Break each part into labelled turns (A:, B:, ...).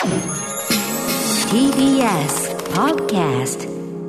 A: TBS Podcast。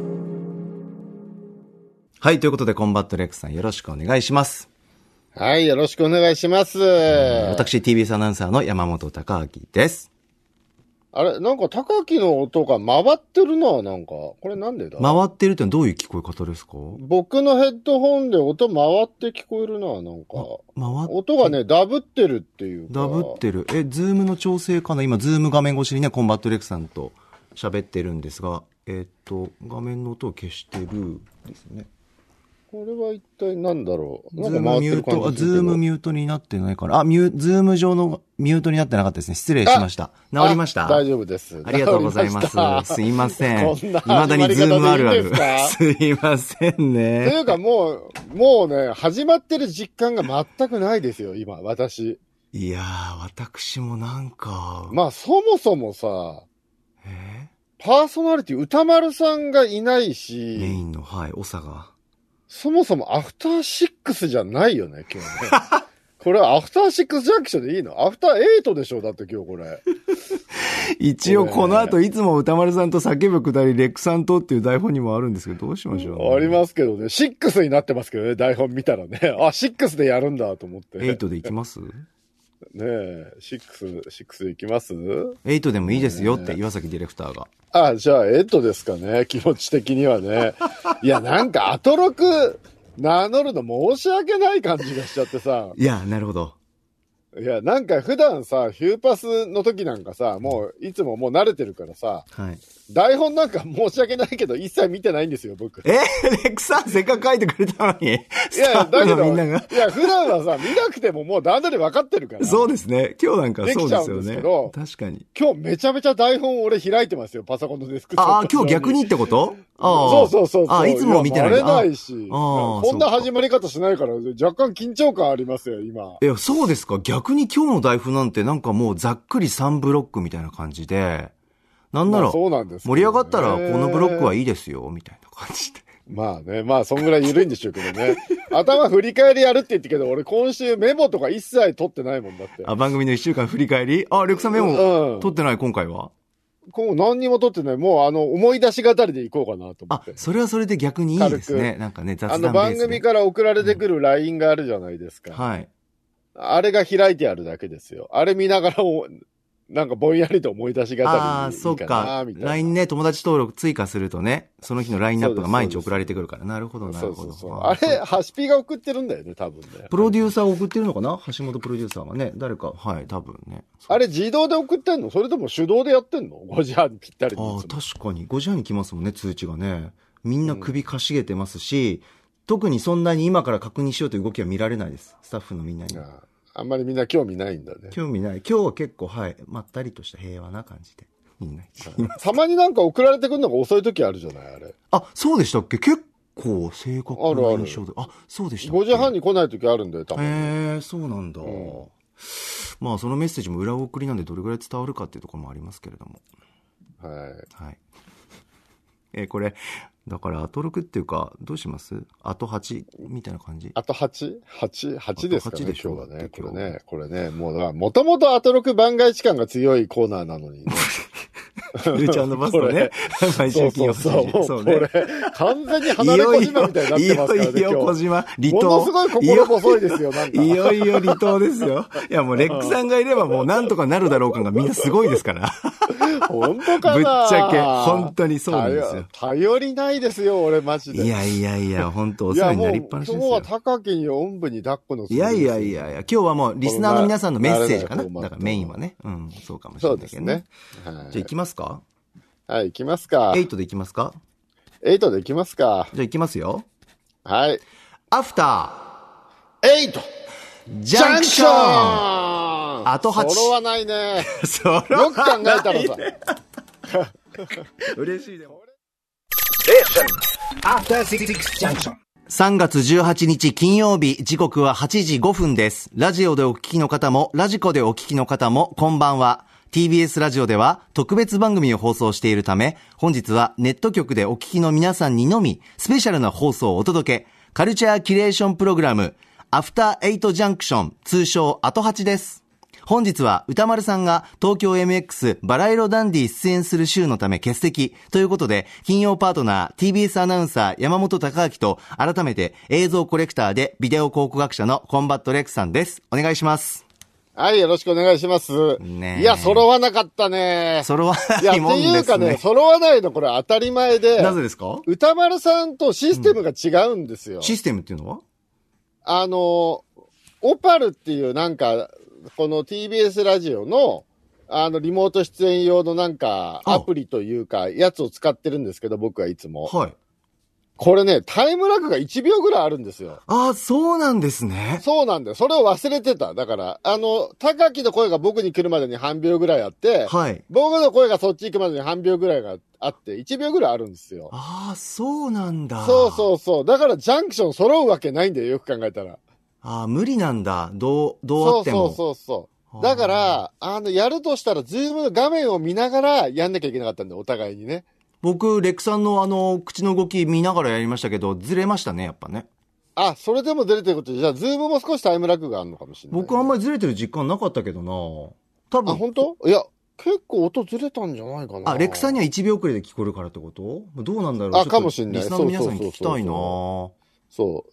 B: はい、ということでコンバットレックさんよろしくお願いします。
C: はい、よろしくお願いします。
B: 私 TBS アナウンサーの山本貴明です。
C: あれ、なんか高木の音が回ってるな、なんか。これなんでだ？
B: 回ってるってのはどういう聞こえ方ですか？
C: 僕のヘッドホンで音回って聞こえるな、なんか。音がね、ダブってるっていうか。
B: ダブってる。ズームの調整かな？今、ズーム画面越しにね、コンバットレックさんと喋ってるんですが、画面の音を消してるですね。
C: これは一体何だろう。
B: ズームミュート、ズームミュートになってないから。ズーム上のミュートになってなかったですね。失礼しました。治りました？
C: 大丈夫です。
B: ありがとうございます。すいません。
C: こんな
B: 未だにズームあるある。
C: す
B: いませんね。
C: というかもうね、始まってる実感が全くないですよ、今、私。
B: いやー、私もなんか。
C: まあ、そもそもさ、パーソナリティ歌丸さんがいないし。
B: メインの、はい、長が。
C: そもそもアフターシックスじゃないよね、今日ね。これはアフターシックスジャンクションでいいの？アフターエイトでしょ？だって今日これ。
B: 一応この後いつも歌丸さんと叫ぶくだりレックさんとっていう台本にもあるんですけど、どうしましょう、ね、
C: ありますけどね。シックスになってますけどね、台本見たらね。あ、シックスでやるんだと思って。
B: エイトでいきます
C: ねえ、シックスでいきます？
B: エイトでもいいですよって岩崎ディレクターが。
C: あ、じゃあ8ですかね、気持ち的にはね。いや、なんかアトロク名乗るの申し訳ない感じがしちゃってさ。
B: いや、なるほど。
C: いや、なんか普段さ、ヒューパスの時なんかさ、もういつももう慣れてるからさ、
B: はい、
C: 台本なんか申し訳ないけど一切見てないんですよ、僕。
B: レックさんせっかく書いてくれたのに。
C: いや、だけど、
B: みんなが
C: いや、普段はさ、見なくてももう段取り分かってるから。
B: そうですね。今日なんかそうですよね。
C: できちゃうんですけど、
B: 確かに。
C: 今日めちゃめちゃ台本俺開いてますよ、パソコンのデスクトップ。
B: ああ、今日逆にってこと？
C: そう。
B: あ、いつも見てない。
C: バレないし。こんな始まり方しないから、若干緊張感ありますよ、今。
B: いや、そうですか。逆に今日の台本なんてなんかもうざっくり3ブロックみたいな感じで、なんなら、
C: そうなんです、ね、
B: 盛り上がったらこのブロックはいいですよ、みたいな感じで。
C: まあね、まあそんぐらい緩いんでしょうけどね。頭振り返りやるって言ってけど、俺今週メモとか一切取ってないもんだって。
B: あ、番組の1週間振り返り？レックさんメモ取ってない、今回は？
C: 何にも取ってない。もう思い出し語りでいこうかなと思って。
B: それはそれで逆にいいですね。なんかね、雑談ベースで。
C: 番組から送られてくる LINE があるじゃないですか。
B: はい。
C: あれが開いてあるだけですよ。あれ見ながらなんかぼんやりと思い出し語りでいいかな、みたいな。
B: そうか。LINE ね、友達登録追加するとね、その日のラインナップが毎日送られてくるから。なるほど、なるほど。
C: そう。あれ、ハシピが送ってるんだよね、多分ね。
B: プロデューサー送ってるのかな？橋本プロデューサーがね、誰か、はい、多分ね。
C: あれ自動で送ってんの？それとも手動でやってんの？ 5 時半にぴったりに。
B: 確かに。5時半に来ますもんね、通知がね。みんな首かしげてますし、特にそんなに今から確認しようという動きは見られないです。スタッフのみんなに。
C: あんまりみんな興味ないんだね。
B: 興味ない。今日は結構、はい、まったりとした平和な感じで。みんな。
C: たまになんか送られてくるのが遅い時あるじゃない、あれ。
B: そうでしたっけ？結構正確な印象で。そうでしたっけ？
C: 5 時半に来ない時あるんだよ、多分。
B: そうなんだ。まあ、そのメッセージも裏送りなんでどれぐらい伝わるかっていうところもありますけれども。はい。これ、だから、アトロクっていうか、どうします？あと8みたいな感じ？
C: あと 8？8 ですかね、
B: でしょ
C: 今日はね。これね、もともとアトロク番外地感が強いコーナーなのにね。
B: ルーちゃんのバストね。毎週金曜日。
C: そうね。完全に離れ小島みたいになってますからね。
B: いよいよ小島、離島。
C: ものすごい心細いですよ、なんか。
B: いよいよ離島ですよ。いや、もうレックさんがいればもうなんとかなるだろう感がみんなすごいですから。
C: 本当かな？
B: ぶっちゃけ、本当にそうなんですよ。
C: 頼りないですよ、俺マジで。
B: いや、本当お世話になりっぱなしですよ。
C: 今日は高木におんぶに抱っこの。
B: いや、今日はもうリスナーの皆さんのメッセージかな。だからメインはね。そうかもしれないけどね。じゃあ行きますか？
C: はい、行きますか。
B: 8で行きますか
C: ？8で行きますか。
B: じゃあ行きますよ。
C: はい。
B: アフタ
C: ー8
B: ジャンクションあと8。
C: 揃わないね。
B: よ
C: く考えたらさ。
B: 嬉しいでも。
A: アフター6ジャンクション。
B: 3月18日金曜日、時刻は8時5分です。ラジオでお聞きの方も、ラジコでお聞きの方も、こんばんは。TBS ラジオでは特別番組を放送しているため、本日はネット局でお聞きの皆さんにのみ、スペシャルな放送をお届け、カルチャーキュレーションプログラム、アフター8ジャンクション、通称あと8です。 本日は歌丸さんが東京 MX バラ色ダンディ出演する週のため欠席ということで、金曜パートナー TBS アナウンサー山本貴明と、改めて映像コレクターでビデオ考古学者のコンバットレックさんです。お願いします。
C: はい、よろしくお願いします。
B: ね、
C: いや、揃わなかったね。
B: 揃わないもんですね。
C: いや、っていうかね、揃わないのこれ当たり前で。
B: なぜですか？
C: 歌丸さんとシステムが違うんですよ。
B: システムっていうのは？
C: オパルっていうなんか、この TBS ラジオの、リモート出演用のなんか、アプリというか、やつを使ってるんですけど、僕はいつも。
B: はい。
C: これね、タイムラグが1秒ぐらいあるんですよ。
B: ああ、そうなんですね。
C: そうなんだよ。それを忘れてた。だから、高木の声が僕に来るまでに半秒ぐらいあって、
B: はい。
C: 僕の声がそっち行くまでに半秒ぐらいがあって、1秒ぐらいあるんですよ。
B: ああ、そうなんだ。
C: そうそうそう。だからジャンクション揃うわけないんだよ、よく考えたら。
B: ああ、無理なんだ。どうあっても。
C: そう。だから、やるとしたら、ズームの画面を見ながらやんなきゃいけなかったんだよ、お互いにね。
B: 僕、レックさんの口の動き見ながらやりましたけど、ずれましたね、やっぱね。
C: あ、それでもずれてることで、じゃあ、ズームも少しタイムラグがあるのかもしれない、
B: 僕あんまりずれてる実感なかったけどな。多分。
C: あ、本当？いや、結構音ずれたんじゃないかな。
B: あ、レックさんには1秒遅れで聞こえるからってこと？どうなんだろう。
C: あ、かもしれない。
B: リスナーの皆さんに聞きたいな。
C: そう。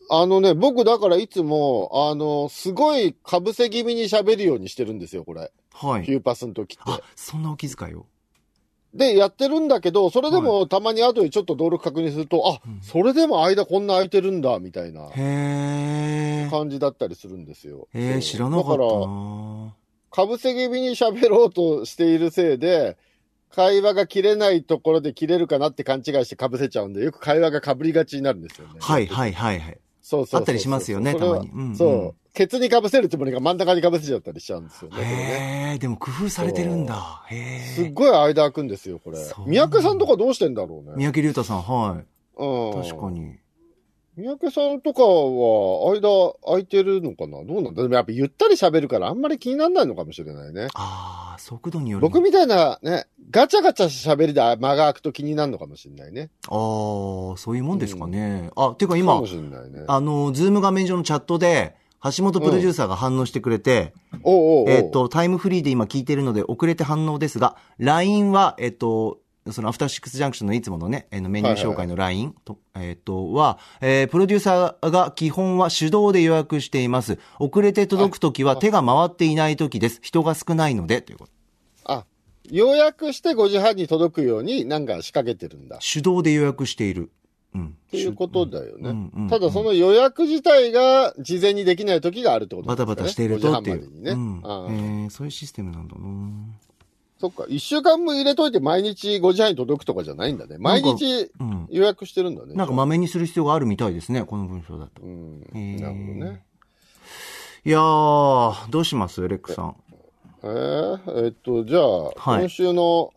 C: 僕だからいつも、すごい被せ気味に喋るようにしてるんですよ、これ。
B: はい。
C: キューパスの時って。
B: あ、そんなお気遣いを。
C: で、やってるんだけど、それでもたまに後でちょっと登録確認すると、それでも間こんな空いてるんだ、みたいな感じだったりするんですよ。
B: 知らなかったな。だ
C: から、被せ気味に喋ろうとしているせいで、会話が切れないところで切れるかなって勘違いして被せちゃうんで、よく会話が被りがちになるんですよね。
B: はい。そう。あったりしますよね、たまに。
C: そう。ケツに被せるつもりが真ん中に被せちゃったりしちゃうんですよね。
B: でも工夫されてるんだ。
C: すっごい間空くんですよ、これ。三宅さんとかどうしてんだろうね。
B: 三宅龍太さん、はい。確かに。
C: 三宅さんとかは、間空いてるのかな？どうなんだ？でもやっぱゆったり喋るからあんまり気にならないのかもしれないね。
B: ああ、速度による。
C: 僕みたいなね、ガチャガチャ喋りで間が空くと気になるのかもしれないね。
B: ああ、そういうもんですかね。ていうか今、
C: かもしれないね。
B: ズーム画面上のチャットで、橋本プロデューサーが反応してくれて、タイムフリーで今聞いてるので遅れて反応ですが、LINE は、そのアフターシックスジャンクションのいつものね、メニュー紹介の LINE と、プロデューサーが基本は手動で予約しています。遅れて届くときは手が回っていないときです。人が少ないので、ということ。
C: 予約して5時半に届くようになんか仕掛けてるんだ。
B: 手動で予約している。
C: っていうことだよね。ただその予約自体が事前にできない時があるってことですね。
B: バタバタしているとっていう。
C: ね。
B: そういうシステムなんだな。
C: そっか、1週間分入れといて毎日5時半に届くとかじゃないんだね。毎日予約してるんだね。
B: なんかまめにする必要があるみたいですね、この文章だと。
C: なるほどね。
B: いやー、どうしますレックさん。
C: じゃあ、今週の、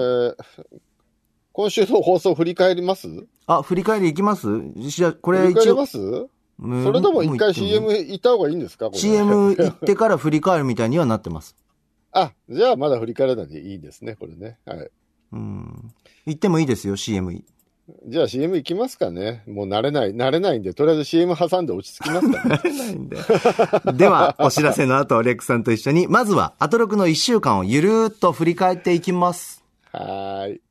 C: 今週の放送振り返ります？
B: 振り返りいきます？じゃあ、これ
C: 振り返ります？それとも一回 CM 行った方がいいんですか？
B: CM 行ってから振り返るみたいにはなってます。
C: じゃあまだ振り返らないでいいですね、これね。はい。
B: 行ってもいいですよ、CM。
C: じゃあ CM 行きますかね。もう慣れないんで、とりあえず CM 挟んで落ち着きますかね。
B: 慣れないんで。では、お知らせの後、レックさんと一緒に、まずは、アトロクの1週間をゆるーっと振り返っていきます。
C: はーい。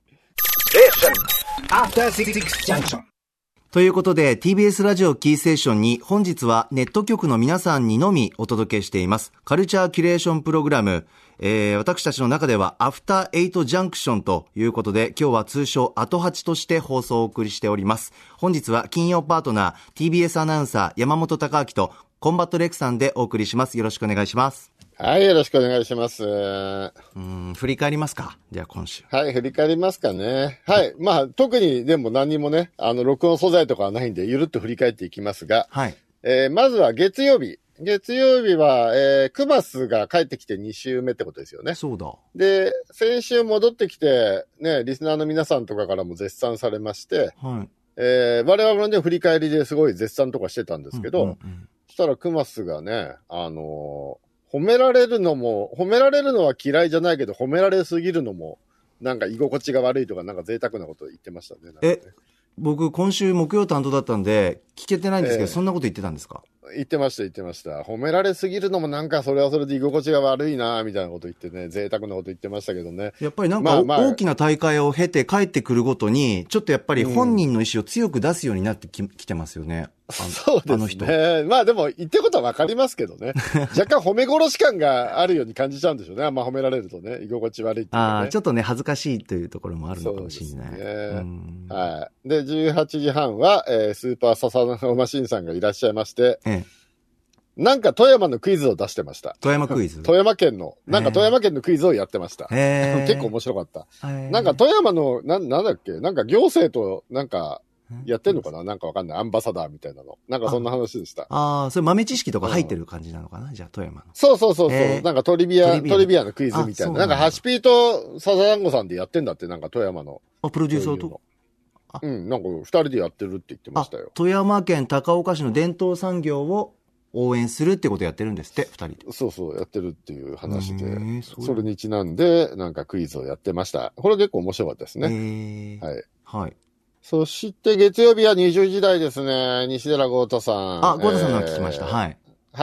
B: ということで TBS ラジオキーステーションに本日はネット局の皆さんにのみお届けしていますカルチャーキュレーションプログラム、私たちの中ではアフター8ジャンクションということで今日は通称アト8として放送をお送りしております。本日は金曜パートナー TBS アナウンサー山本貴明とコンバットレックさんでお送りします。よろしくお願いします。
C: はい、よろしくお願いします。
B: 振り返りますか。では今週。
C: はい、振り返りますかね。はい。まあ、特にでも何もね、録音素材とかはないんで、ゆるっと振り返っていきますが、
B: はい。
C: まずは月曜日。月曜日は、クマスが帰ってきて2週目ってことですよね。
B: そうだ。
C: で、先週戻ってきて、ね、リスナーの皆さんとかからも絶賛されまして、
B: はい。
C: 我々のね、振り返りですごい絶賛とかしてたんですけど、そしたらクマスがね、褒められるのは嫌いじゃないけど、褒められすぎるのも、なんか居心地が悪いとか、なんか贅沢なこと言ってましたね。
B: 僕今週木曜担当だったんで聞けてないんですけど、そんなこと言ってたんですか？
C: 言ってました。褒められすぎるのもなんかそれはそれで居心地が悪いなみたいなこと言ってね、贅沢なこと言ってましたけどね。
B: やっぱりなんか、大きな大会を経て帰ってくるごとに、ちょっとやっぱり本人の意思を強く出すようになってきてますよね。
C: そうですね。まあでも言ってることはわかりますけどね。若干褒め殺し感があるように感じちゃうんでしょうね。あんま褒められるとね、居心地悪いっていうか、ね。
B: ちょっとね、恥ずかしいというところもあるのかもしれない。
C: はい。で、18時半は、スーパーササノマシンさんがいらっしゃいまして、なんか富山のクイズを出してました。
B: 富山クイズ
C: 富山県のクイズをやってました。結構面白かった。なんか富山の、なんだっけなんか行政と、なんか、やってんのかななんかわかんない。アンバサダーみたいなの。なんかそんな話でした。
B: それ豆知識とか入ってる感じなのかな、じゃあ富山の。
C: そう。なんかトリビアのクイズみたいな。なんかハシピーとサザダンゴさんでやってんだって、なんか富山の。
B: プロデューサーと
C: なんか二人でやってるって言ってましたよ。
B: 富山県高岡市の伝統産業を応援するってことやってるんですって、二人で。
C: そう、やってるっていう話で、それにちなんで、なんかクイズをやってました。これ結構面白かったですね。
B: はい。
C: そして月曜日は20時台ですね。西寺豪太さん。
B: 豪太さんの聞きました。はい。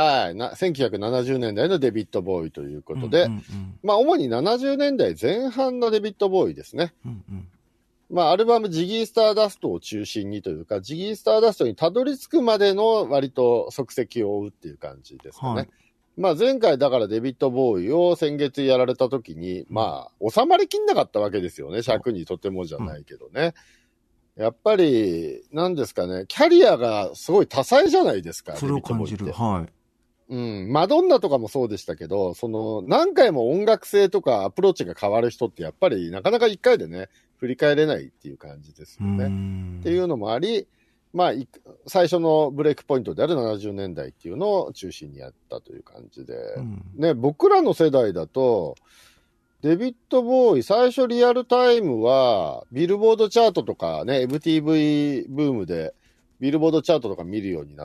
C: 1970年代のデビッド・ボーイということで、まあ主に70年代前半のデビッド・ボーイですね。まあアルバムジギー・スターダストを中心にというか、ジギー・スターダストにたどり着くまでの割と足跡を追うっていう感じですかね。まあ前回だからデビッド・ボーイを先月やられた時に、まあ収まりきんなかったわけですよね。尺にとてもじゃないけどね。やっぱり、なんですかね、キャリアがすごい多彩じゃないですか。
B: それを感じる。はい。
C: マドンナとかもそうでしたけど、何回も音楽性とかアプローチが変わる人ってやっぱりなかなか一回でね、振り返れないっていう感じですよね。っていうのもあり、まあ、最初のブレイクポイントである70年代っていうのを中心にやったという感じで、ね、僕らの世代だと、デビッド・ボーイ、最初リアルタイムは、ビルボードチャートとかね、MTV ブームで、ビルボードチャートとか見るようになって、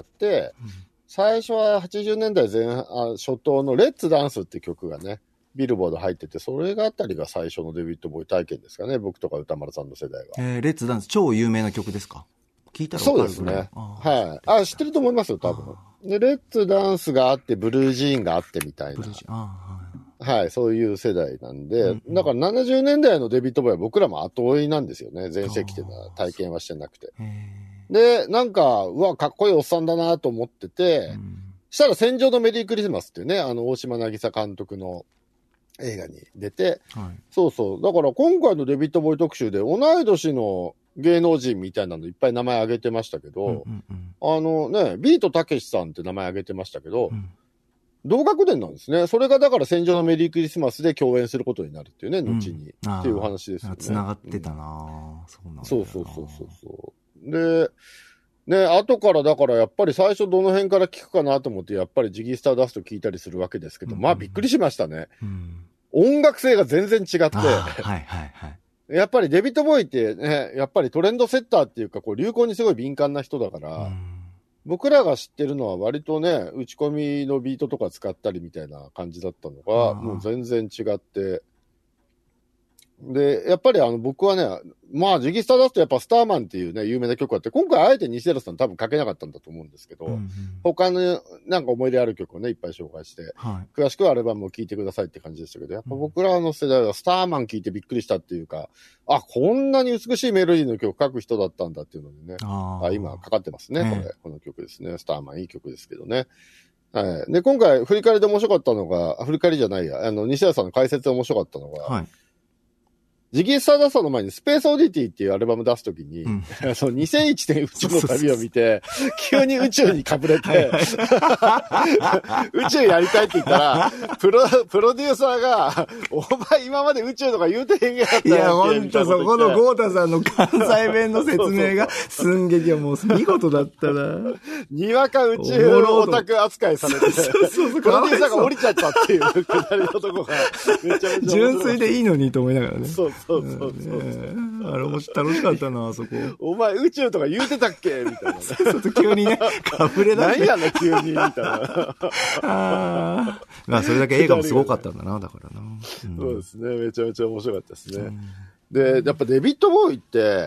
C: 最初は80年代初頭のレッツダンスって曲がね、ビルボード入ってて、それがあたりが最初のデビッド・ボーイ体験ですかね、僕とか歌丸さんの世代は。
B: レッツダンス、超有名な曲ですか？聞いたら分かる？
C: そうですね。はい。知ってると思いますよ、多分。で、レッツダンスがあって、ブルージーンがあってみたいな。はい、そういう世代なんで、だから70年代のデビッド・ボーイは僕らも後追いなんですよね。前世紀っていうのは体験はしてなくて。で、なんか、うわ、かっこいいおっさんだなと思ってて、したら戦場のメリークリスマスっていうね、大島渚監督の映画に出て、そう。だから今回のデビッド・ボーイ特集で同い年の芸能人みたいなのいっぱい名前挙げてましたけど、ビートたけしさんって名前挙げてましたけど、同学年なんですね。それがだから戦場のメリークリスマスで共演することになるっていうね、後に。っていうお話ですよね。
B: 繋がってたなそうなんだ。
C: そう。で、ね、後からだからやっぱり最初どの辺から聞くかなと思って、やっぱりジギースターダスト聞いたりするわけですけど、まあびっくりしましたね。音楽性が全然違って、やっぱりデビッド・ボーイってね、やっぱりトレンドセッターっていうか、こう流行にすごい敏感な人だから、僕らが知ってるのは割とね、打ち込みのビートとか使ったりみたいな感じだったのが、もう全然違って、で、やっぱり僕はね、まあ、ジギースターダストやっぱスターマンっていうね、有名な曲があって、今回あえて西寺さん多分書けなかったんだと思うんですけど、他のなんか思い出ある曲をね、いっぱい紹介して、詳しくはアルバムを聴いてくださいって感じでしたけど、やっぱ僕らの世代はスターマン聴いてびっくりしたっていうか、こんなに美しいメロディーの曲書く人だったんだっていうのにね、今かかってますね、この曲ですね。スターマンいい曲ですけどね。はい。で、今回振り返りで面白かったのが、振り返りじゃないや、西寺さんの解説で面白かったのが、ジギースターダストの前にスペースオディティっていうアルバム出すときに、その2001年宇宙の旅を見て、急に宇宙にかぶれて、宇宙やりたいって言ったら、プロデューサーが、お前今まで宇宙とか言うてへんやった
B: いや、ほんとそこのゴータさんの関西弁の説明が、寸劇はもう見事だったな。
C: にわか宇宙オタク扱いされて、プロデューサーが降りちゃったっていうくだりのとこが、めちゃめちゃ
B: 純粋でいいのにと思いながらね。
C: そう。あれ
B: 楽しかったな、あそこ。
C: お前宇宙とか言うてたっけみたいなね。
B: そう急にね、かぶれだ
C: して。何やね急にみたいな。
B: まあ、それだけ映画もすごかったんだな、だからな。
C: そうですね。めちゃめちゃ面白かったですね。で、やっぱデビッド・ボーイって、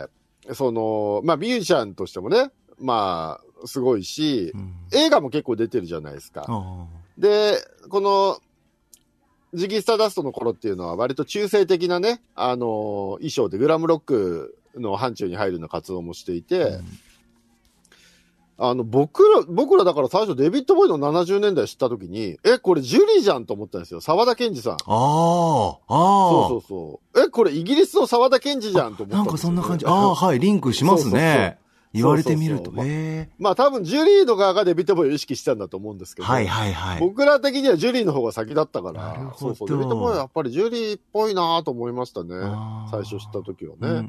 C: まあ、ミュージシャンとしてもね、まあ、すごいし、映画も結構出てるじゃないですか。で、この、ジギースターダストの頃っていうのは割と中性的なね、衣装でグラムロックの範疇に入るような活動もしていて、僕らだから最初デビッド・ボーイの70年代知った時に、これジュリーじゃんと思ったんですよ。沢田研二さん。そう。これイギリスの沢田研二じゃんと思ったんですよ、ね。
B: なんかそんな感じ。はい、リンクしますね。言われてみると。
C: まあ多分ジュリーの側がデビッド・ボーイを意識してたんだと思うんですけど。僕ら的にはジュリーの方が先だったから。デビッド・ボーイはやっぱりジュリーっぽいなと思いましたね。最初知った時はね。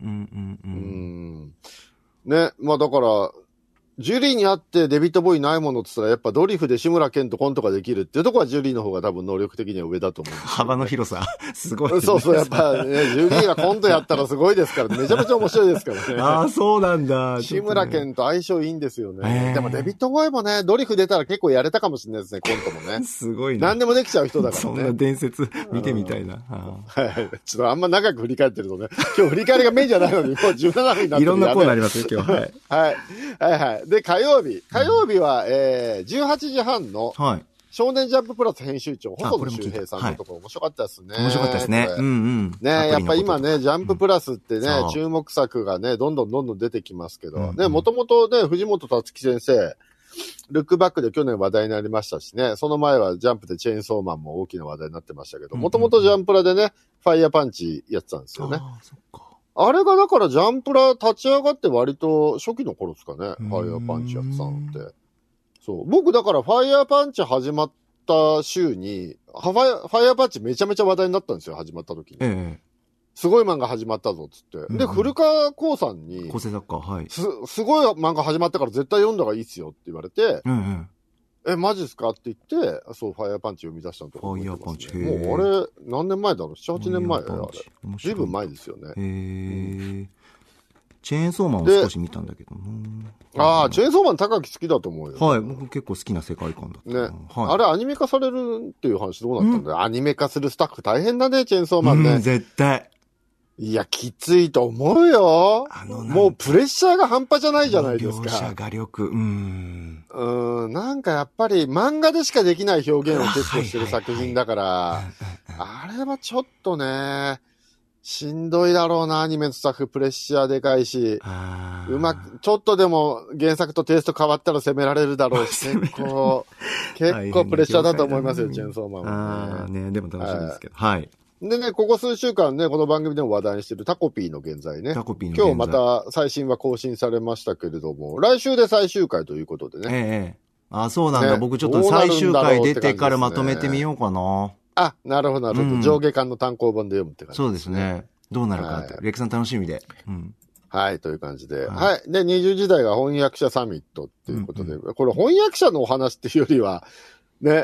C: ね、まあだから、ジュリーにあってデビッド・ボーイないものって言ったら、やっぱドリフで志村けんとコントができるっていうところはジュリーの方が多分能力的には上だと思う、ね。
B: 幅の広さ。すごい、ね。
C: そう、やっぱね、ジュリーがコントやったらすごいですから、めちゃめちゃ面白いですからね。
B: そうなんだ。
C: 志村けんと相性いいんですよね。でもデビッド・ボーイもね、ドリフ出たら結構やれたかもしれないですね、コントもね。
B: すごいね。
C: 何でもできちゃう人だからね。
B: そんな伝説見てみたいな。
C: はい。ちょっとあんま長く振り返ってるとね、今日振り返りがメインじゃないのに、もう17分になってる。
B: いろんなコーナーありますね、今日。
C: はい。で、火曜日は、18時半の、少年ジャンププラス編集長、細野修平さんのところ面白かったですね。
B: 面白かったですね。
C: ね、やっぱ今ね、ジャンププラスってね、注目作がね、どんどん出てきますけど、ね、もともとね、藤本達樹先生、ルックバックで去年話題になりましたしね、その前はジャンプでチェーンソーマンも大きな話題になってましたけど、もともとジャンプラでね、ファイヤーパンチやってたんですよね。あれがだからジャンプラ立ち上がって割と初期の頃ですかね、ファイヤーパンチやってたのって。そう。僕だからファイヤーパンチ始まった週に、ファイヤーパンチめちゃめちゃ話題になったんですよ、始まった時に。すごい漫画始まったぞ、つって。で、古川光さんに、
B: 構成作家、
C: すごい漫画始まったから絶対読んだ方がいいっすよって言われて、マジっすかって言って、そう、ファイヤーパンチ読み出したのとか、ね。ファイヤーパンチ。もうあれ、何年前だろう ?7、8年前あれ。随分前ですよね。
B: チェーンソーマンを少し見たんだけど
C: チェーンソーマン高木好きだと思うよ。
B: 僕結構好きな世界観だった。
C: ね。あれアニメ化されるっていう話どうなったんだよ。アニメ化するスタッフ大変だね、チェーンソーマンね。
B: 絶対。
C: いや、きついと思うよ。もうプレッシャーが半端じゃないじゃないですか。
B: 描写、画力。
C: なんかやっぱり漫画でしかできない表現を結構してる作品だから、あれはちょっとね、しんどいだろうな、アニメのスタッフプレッシャーでかいし、ちょっとでも原作とテイスト変わったら責められるだろうし、結構プレッシャーだと思いますよ、チェーンソーマンはね。
B: でも楽しみですけど。
C: でね、ここ数週間ね、この番組でも話題にしてるタコピーの現在ね。今日また最新は更新されましたけれども、来週で最終回ということでね。
B: そうなんだ。僕ちょっと最終回出てからまとめてみようかな。
C: なるほど、なるほど。上下巻の単行本で読むって感じ。
B: そうですね。どうなるかって。レクさん楽しみで。
C: はい、という感じで。はい。で、20時代が翻訳者サミットっていうことで、これ翻訳者のお話っていうよりは、ね、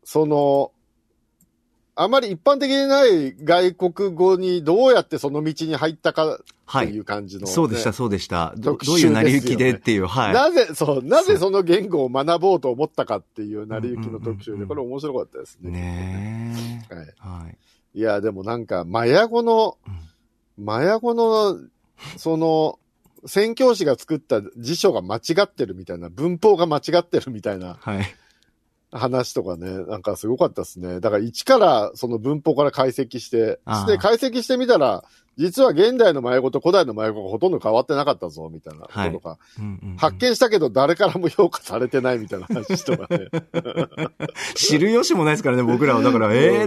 C: あまり一般的にない外国語にどうやってその道に入ったかっていう感じの、ね。
B: そうでした。どういう成り行きでっていう。
C: なぜその言語を学ぼうと思ったかっていう成り行きの特集で、これ面白かったですね。
B: ね
C: いや、でもなんか、マヤ語の、宣教師が作った辞書が間違ってるみたいな、文法が間違ってるみたいな。話とかね、なんかすごかったですね。だから一からその文法から解析して、で、解析してみたら、実は現代のマヤ語と古代のマヤ語がほとんど変わってなかったぞ、みたいなこととか、発見したけど誰からも評価されてないみたいな話とかね。
B: 知る由もないですからね、僕らは。だから、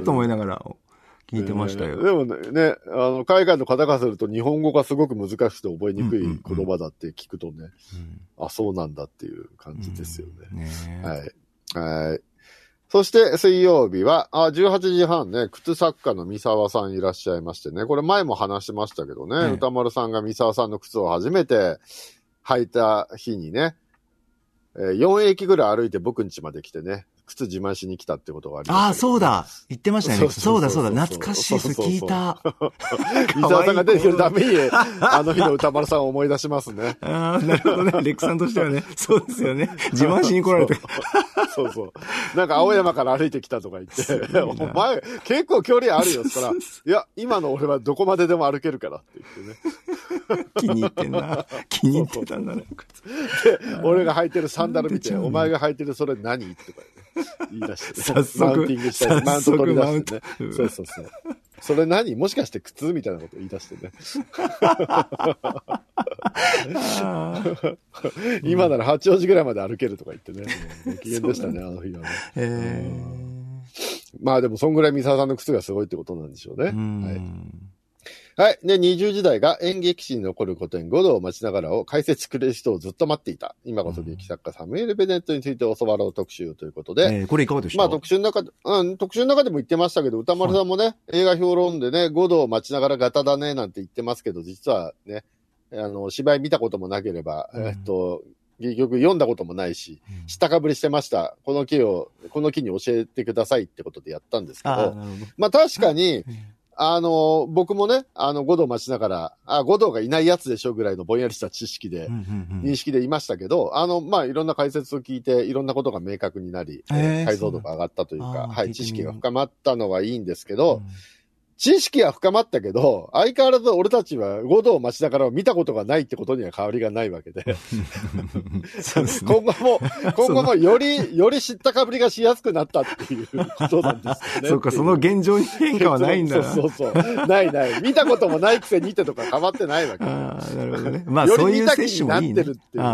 B: と思いながら聞いてましたよ。
C: でもね、海外の方からすると日本語がすごく難しくて覚えにくい言葉だって聞くとね、そうなんだっていう感じですよね。はい。そして水曜日は、18時半ね、靴作家の三沢さんいらっしゃいましてね、これ前も話しましたけどね、歌丸さんが三沢さんの靴を初めて履いた日にね、4駅ぐらい歩いて僕ん家まで来てね、靴自慢しに来たってことがありました、
B: そうだ言ってましたね。そうだ。懐かしい。それ聞いた。
C: 三沢さんが出てくるために、あの日の歌丸さんを思い出しますね。
B: なるほどね。レックさんとしてはね。そうですよね。自慢しに来られて。
C: そうそう。なんか青山から歩いてきたとか言って、お前結構距離あるよって言ったら、いや、今の俺はどこまででも歩けるからって言ってね。
B: 気に入ってんな。気に入ってたんだね。
C: で、俺が履いてるサンダル見て、お前が履いてるそれ何とか言い出して、ね、マウンティングしたり、マウント取り出してね。そうそうそう。それ何もしかして靴みたいなこと言い出してね。今なら八王子ぐらいまで歩けるとか言ってね。ご機嫌でしたね、あの日はね。まあでも、そんぐらい三沢さんの靴がすごいってことなんでしょうね。はい。で、20時代が演劇史に残る古典5度を待ちながらを解説くれる人をずっと待っていた。今こそ劇作家サムエル・ベネットについて教わろう特集ということで。
B: これいかがでした？
C: まあ特集の中で、特集の中でも言ってましたけど、歌丸さんもね、映画評論でね、5度を待ちながらガタだねなんて言ってますけど、実はね、芝居見たこともなければ、結局読んだこともないし、知ったかぶりしてました。この木に教えてくださいってことでやったんですけど、まあ確かに、僕もね、五道待ちながら、五道がいないやつでしょぐらいのぼんやりした知識で、認識でいましたけど、まあ、いろんな解説を聞いて、いろんなことが明確になり、解像度が上がったというか、はい、知識が深まったのはいいんですけど、知識は深まったけど、相変わらず俺たちは五道町だから見たことがないってことには変わりがないわけで。そうですね、今後もより知ったかぶりがしやすくなったっていうことなんですよね。
B: そうか、その現状に変化はないんだな。
C: そう。ない。見たこともないくせにってとか変わってないわけ。
B: なるほどね。まあ、そういう接種もいいね。より見た気になってるっていう、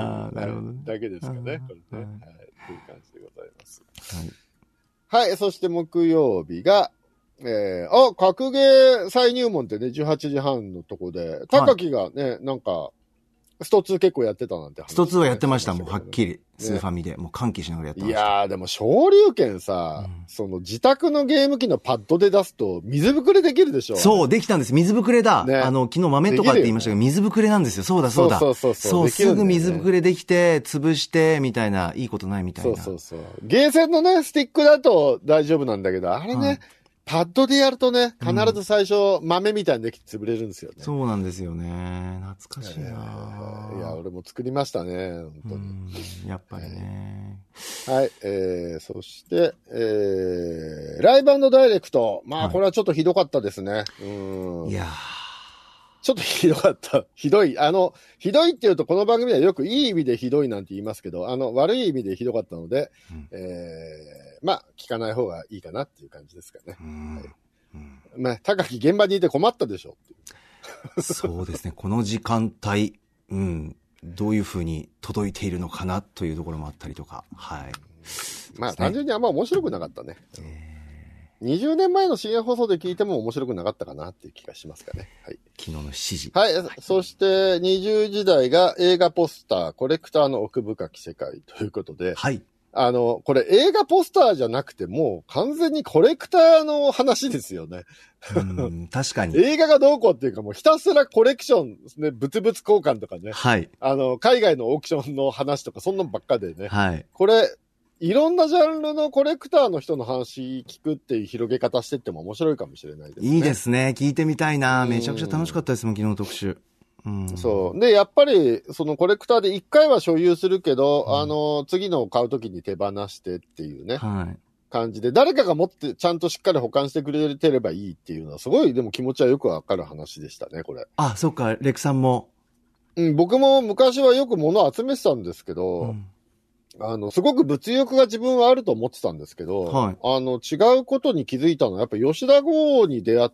C: だけですかね。これね。はい。という感じでございます。はい。そして木曜日が、格ゲー再入門ってね、18時半のとこで、高木がね、なんか、スト2結構やってたなんて話、ね。
B: スト2はやってました、もうはっきり。スーファミで。もう歓喜しながらやってました。
C: いやー、でも昇竜拳さ、その自宅のゲーム機のパッドで出すと、水ぶくれできるでしょ？
B: そう、できたんです。水ぶくれだ。ね、昨日豆とかって言いましたけど、水ぶくれなんですよ。そうだ。そう、すぐ水ぶくれできて、潰して、みたいな、いいことないみたいな。
C: そう。ゲーセンのね、スティックだと大丈夫なんだけど、あれね、パッドでやるとね、必ず最初、豆みたいにできて潰れるんですよね。
B: そうなんですよね。懐かしいな、
C: いや、俺も作りましたね、本当に。
B: やっぱりね。
C: はい、そして、ライブ&ダイレクト。まあ、これはちょっとひどかったですね。
B: いや
C: ちょっとひどかった。ひどい。ひどいって言うと、この番組ではよくいい意味でひどいなんて言いますけど、悪い意味でひどかったので、まあ、聞かない方がいいかなっていう感じですかね。まあ、高木現場にいて困ったでしょって
B: そうですね。この時間帯、どういう風に届いているのかなというところもあったりとか、はい。
C: まあ、単純にあんま面白くなかったね。20年前の深夜放送で聞いても面白くなかったかなっていう気がしますかね。はい。
B: 昨日の7時。
C: はい。そして、20時代が映画ポスター、コレクターの奥深き世界ということで。
B: はい。
C: これ映画ポスターじゃなくてもう完全にコレクターの話ですよね。
B: 確かに。
C: 映画がどうこうっていうかもうひたすらコレクション、ね、物々交換とかね。
B: はい。
C: 海外のオークションの話とかそんなのばっかでね。
B: はい。
C: これ、いろんなジャンルのコレクターの人の話聞くっていう広げ方してっても面白いかもしれないですね。
B: いいですね。聞いてみたいな。めちゃくちゃ楽しかったですもん、昨日の特集。
C: そう。で、やっぱり、そのコレクターで一回は所有するけど、次のを買うときに手放してっていうね。はい。感じで、誰かが持って、ちゃんとしっかり保管してくれてればいいっていうのは、すごい、でも気持ちはよくわかる話でしたね、これ。
B: あ、そっか、レクさんも。
C: 僕も昔はよく物を集めてたんですけど、すごく物欲が自分はあると思ってたんですけど、はい、違うことに気づいたのは、やっぱ吉田剛に出会って、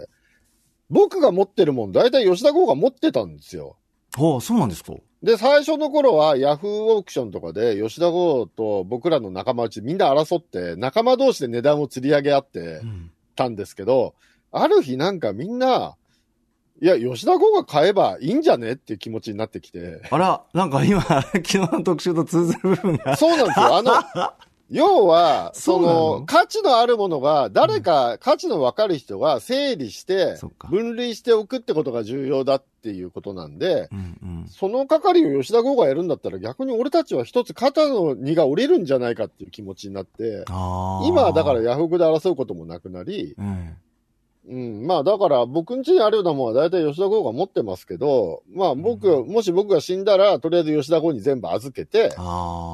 C: 僕が持ってるもん、大体吉田剛が持ってたんですよ。
B: ああ、そうなんですか。
C: で、最初の頃はヤフーオークションとかで吉田剛と僕らの仲間内みんな争って、仲間同士で値段を釣り上げ合ってたんですけど、ある日なんかみんな、いや、吉田剛が買えばいいんじゃねっていう気持ちになってきて。
B: あら、なんか今、昨日の特集と通ずる部分が。
C: そうなんですよ。要は、価値のあるものが、誰か価値のわかる人が整理して、分類しておくってことが重要だっていうことなんで、その係を吉田剛がやるんだったら逆に俺たちは一つ肩の荷が下りるんじゃないかっていう気持ちになって、今はだからヤフオクで争うこともなくなり、まあだから僕ん家にあるようなものは大体吉田剛が持ってますけど、まあもし僕が死んだら、とりあえず吉田剛に全部預けて、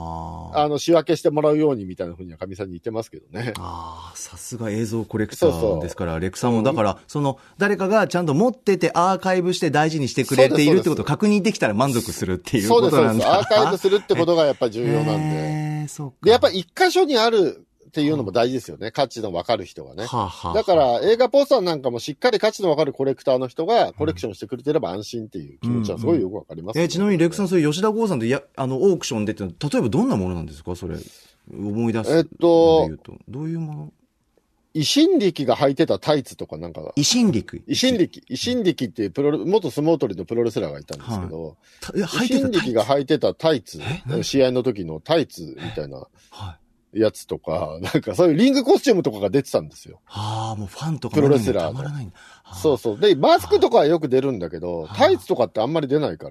C: 仕分けしてもらうようにみたいな風にはかみさんに言ってますけどね。
B: さすが映像コレクターですから、レクさんもだから、誰かがちゃんと持っててアーカイブして大事にしてくれているってことを確認できたら満足するっていうことなんだ。
C: そうです。アーカイブするってことがやっぱり重要なんで。で、やっぱり一箇所にあるっていうのも大事ですよね。価値の分かる人がね。だから映画ポスターなんかもしっかり価値の分かるコレクターの人がコレクションしてくれてれば安心っていう気持ちはすごいよくわかります、ね。
B: ちなみにレクさん、それ吉田剛さんでオークションでって例えばどんなものなんですかそれ。思い出す。どういうもの？
C: 維新力が履いてたタイツとかなんか。維新力っていう元相撲取りのプロレスラーがいたんですけど、維新力が履いてたタイツ、試合の時のタイツみたいなやつとか、なんかそういうリングコスチュームとかが出てたんですよ。
B: もうファンとか
C: プロレスラーが。そうそう。で、マスクとかはよく出るんだけど、タイツとかってあんまり出ないから、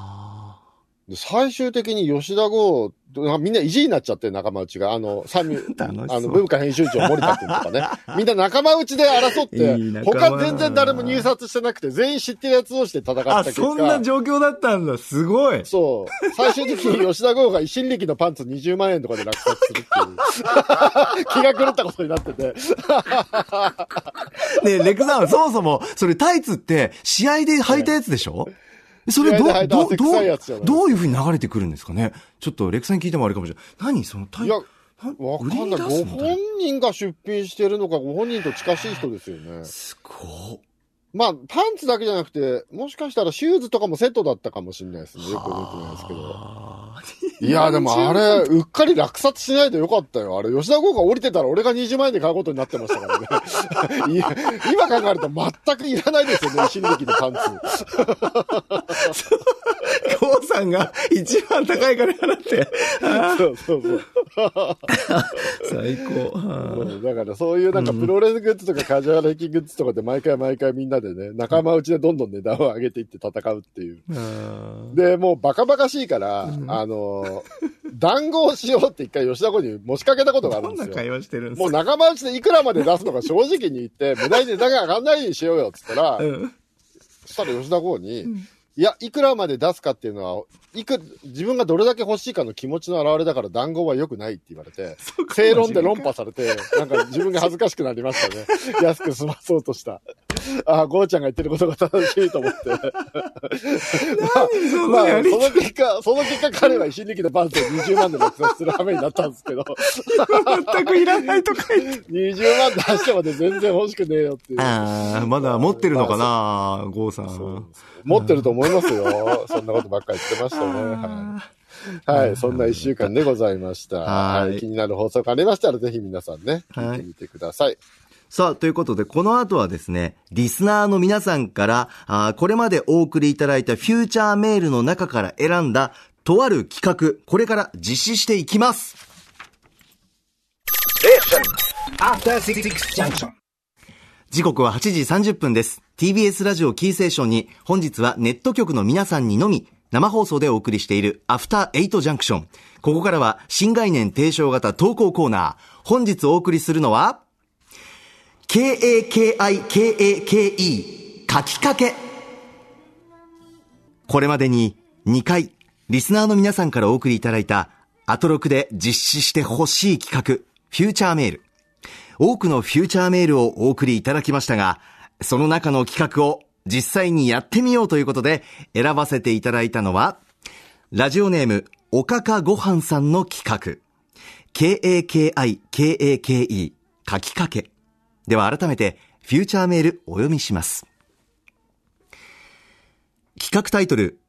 C: 最終的に吉田剛、みんな意地になっちゃって、仲間内が。文化編集長森田君とかね。みんな仲間内で争って、他全然誰も入札してなくて、全員知ってるやつをして戦った結果。
B: そんな状況だったんだ。すごい。
C: そう。最終的に吉田剛が維新力のパンツ20万円とかで落札するっていう。気が狂ったことになってて。
B: ねえ、レクさん、そもそも、それタイツって試合で履いたやつでしょ？それどういう風に流れてくるんですかね。ちょっとレクさんに聞いてもあれかもしれない。何そのタイツ？いや、
C: わかんない。ご本人が出品してるのか、ご本人と近しい人ですよね。
B: すごい。
C: まあ、パンツだけじゃなくて、もしかしたらシューズとかもセットだったかもしれないですね。よく覚えてないですけど。いや、でもあれ、うっかり落札しないでよかったよ。あれ、吉田剛が降りてたら俺が20万円で買うことになってましたからね。今考えると全くいらないですよね、新力のパンツ。
B: 剛さんが一番高いから払って。
C: そう。
B: 最高。
C: だからそういうなんかプロレスグッズとかカジュアルグッズとかで毎回みんなでね、仲間内でどんどん値段を上げていって戦うっていう。で、もうバカバカしいから、談合しようって一回吉田剛に持ちかけたことがあるんですよ。
B: どんな会話してるんですか？
C: もう仲間内でいくらまで出すのか正直に言って、無駄に値段が上がんないようにしようよって言ったら、そしたら吉田剛に、いや、いくらまで出すかっていうのは、自分がどれだけ欲しいかの気持ちの表れだから談合は良くないって言われて、正論で論破されて、なんか自分が恥ずかしくなりましたね。安く済まそうとした。ゴーちゃんが言ってることが正しいと思って。その結果彼は維新力のパンツを20万で落札する羽目になったんですけど。
B: 全くいらないとか言って。
C: 20万出してまで全然欲しくねえよっていう。
B: まだ持ってるのかな、ゴーさん。
C: 持ってると思いますよ。そんなことばっかり言ってましたね。はい。そんな一週間でございました。はい。気になる放送がありましたら、ぜひ皆さんね、聞いてみてください。
B: さあ、ということで、この後はですね、リスナーの皆さんから、これまでお送りいただいたフューチャーメールの中から選んだ、とある企画、これから実施していきます。時刻は8時30分です。TBS ラジオキーセーションに、本日はネット局の皆さんにのみ、生放送でお送りしているアフター8ジャンクション。ここからは新概念提唱型投稿コーナー。本日お送りするのは、KAKIKAKE 書きかけ。これまでに2回リスナーの皆さんからお送りいただいたアトロクで実施してほしい企画フューチャーメール。多くのフューチャーメールをお送りいただきましたが、その中の企画を実際にやってみようということで選ばせていただいたのは、ラジオネームおかかごはんさんの企画 KAKIKAKE 書きかけ。では改めてフューチャーメールお読みします。企画タイトル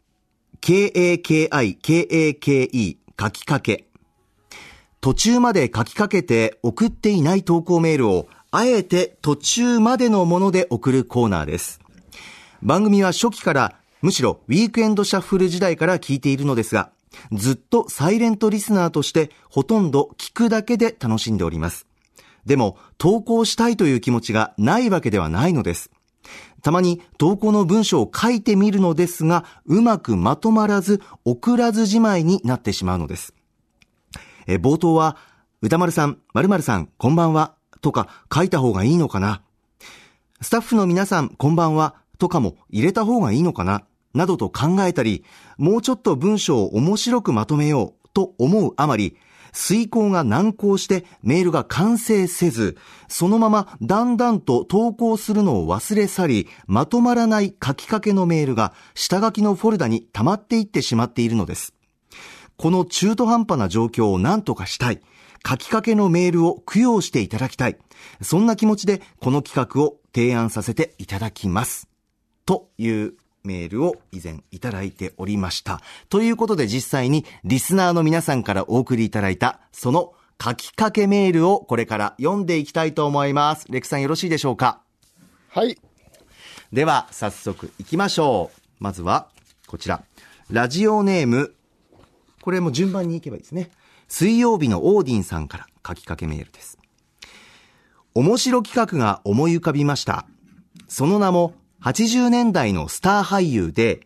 B: KAKIKAKE 書きかけ。途中まで書きかけて送っていない投稿メールをあえて途中までのもので送るコーナーです。番組は初期からむしろウィークエンドシャッフル時代から聞いているのですが、ずっとサイレントリスナーとしてほとんど聞くだけで楽しんでおります。でも投稿したいという気持ちがないわけではないのです。たまに投稿の文章を書いてみるのですが、うまくまとまらず送らずじまいになってしまうのです。冒頭は歌丸さん、〇〇さんこんばんはとか書いた方がいいのかな、スタッフの皆さんこんばんはとかも入れた方がいいのかななどと考えたり、もうちょっと文章を面白くまとめようと思うあまり、遂行が難航してメールが完成せず、そのままだんだんと投稿するのを忘れ去り、まとまらない書きかけのメールが下書きのフォルダに溜まっていってしまっているのです。この中途半端な状況を何とかしたい。書きかけのメールを供養していただきたい。そんな気持ちでこの企画を提案させていただきます。というメールを以前いただいておりました。ということで実際にリスナーの皆さんからお送りいただいたその書きかけメールをこれから読んでいきたいと思います。レクさんよろしいでしょうか？
C: はい。
B: では早速いきましょう。まずはこちら。ラジオネーム。これも順番に行けばいいですね。水曜日のオーディンさんから書きかけメールです。面白企画が思い浮かびました。その名も80年代のスター俳優で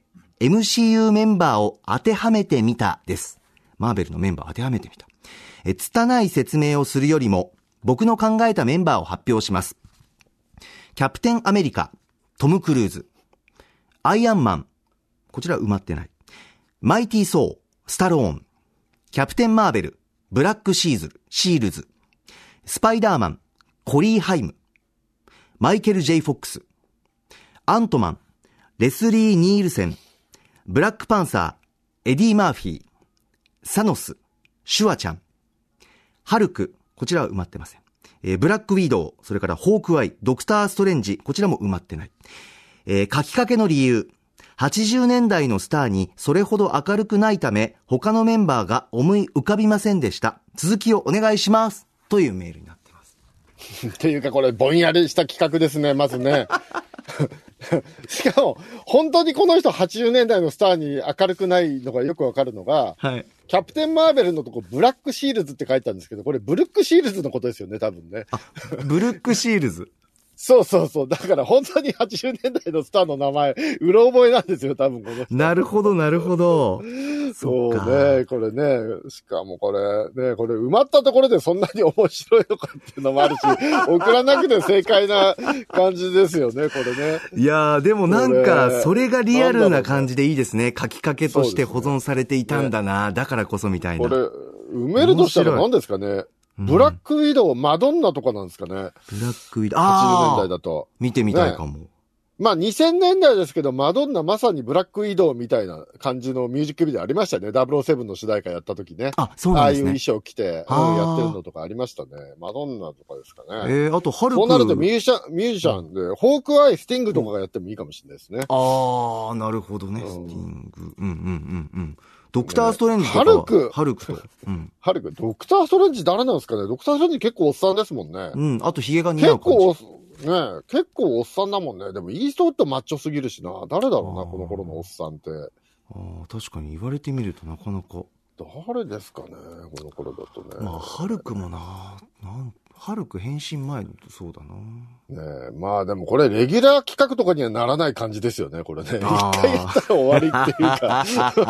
B: MCU メンバーを当てはめてみたです。マーベルのメンバーを当てはめてみた。拙い説明をするよりも僕の考えたメンバーを発表します。キャプテンアメリカ、トム・クルーズ。アイアンマン、こちら埋まってない。マイティー・ソー、スタローン。キャプテン・マーベル、ブラック・シールズ。スパイダーマン、コリー・ハイム。マイケル・ジェイ・フォックス。アントマン、レスリー・ニールセン。ブラックパンサー、エディ・マーフィー。サノス、シュワちゃん。ハルク、こちらは埋まってません。ブラックウィドウ、それからホークアイ、ドクター・ストレンジ、こちらも埋まってない。書きかけの理由。80年代のスターにそれほど明るくないため、他のメンバーが思い浮かびませんでした。続きをお願いします。というメールになっています。
C: っていうかこれぼんやりした企画ですね、まずね。しかも、本当にこの人80年代のスターに明るくないのがよくわかるのが、
B: はい。
C: キャプテンマーベルのとこブラックシールズって書いてあるんですけど、これブルックシールズのことですよね、多分ね。
B: ブルックシールズ。
C: そうそうそう。だから本当に80年代のスターの名前、うろ覚えなんですよ、多分この人。
B: なるほど、なるほど。
C: そうね、これね、しかもこれ、ね、これ埋まったところでそんなに面白いのかっていうのもあるし、送らなくて正解な感じですよね、これね。
B: いやー、でもなんか、それがリアルな感じでいいですね。書きかけとして保存されていたんだな、だからこそみたいな。
C: これ、埋めるとしたら何ですかね。ブラックウィドウ、マドンナとかなんですかね。
B: ブラックウィドウ。
C: 80年代だと。
B: 見てみたいかも。ね、
C: まあ2000年代ですけど、マドンナまさにブラックウィドウみたいな感じのミュージックビデオありましたね。007の主題歌やった時ね。
B: あ、そうなんですね。
C: ああいう衣装着て、やってるのとかありましたね。マドンナとかですかね。
B: あとハルク。
C: そうなるとミュージシャンで、ホークアイ、スティングとかがやってもいいかもしれないですね。
B: ああ、なるほどね。スティング。ドクターストレンジとか、ハルクと。
C: ハルク。ドクターストレンジ誰なんですかね。ドクターストレンジ結構おっさんですもんね。
B: あとヒゲが似合う感じ。
C: 結構おっさんだもんね。でもイーストウッドマッチョすぎるしな。誰だろうな、この頃のおっさんって。
B: 確かに言われてみるとなかなか。
C: 誰ですかね、この頃だとね。
B: まあ、ハルクもハルク変身前そうだな。
C: ねえ、まあでもこれレギュラー企画とかにはならない感じですよね、これね。一回やったら終わりっていうか。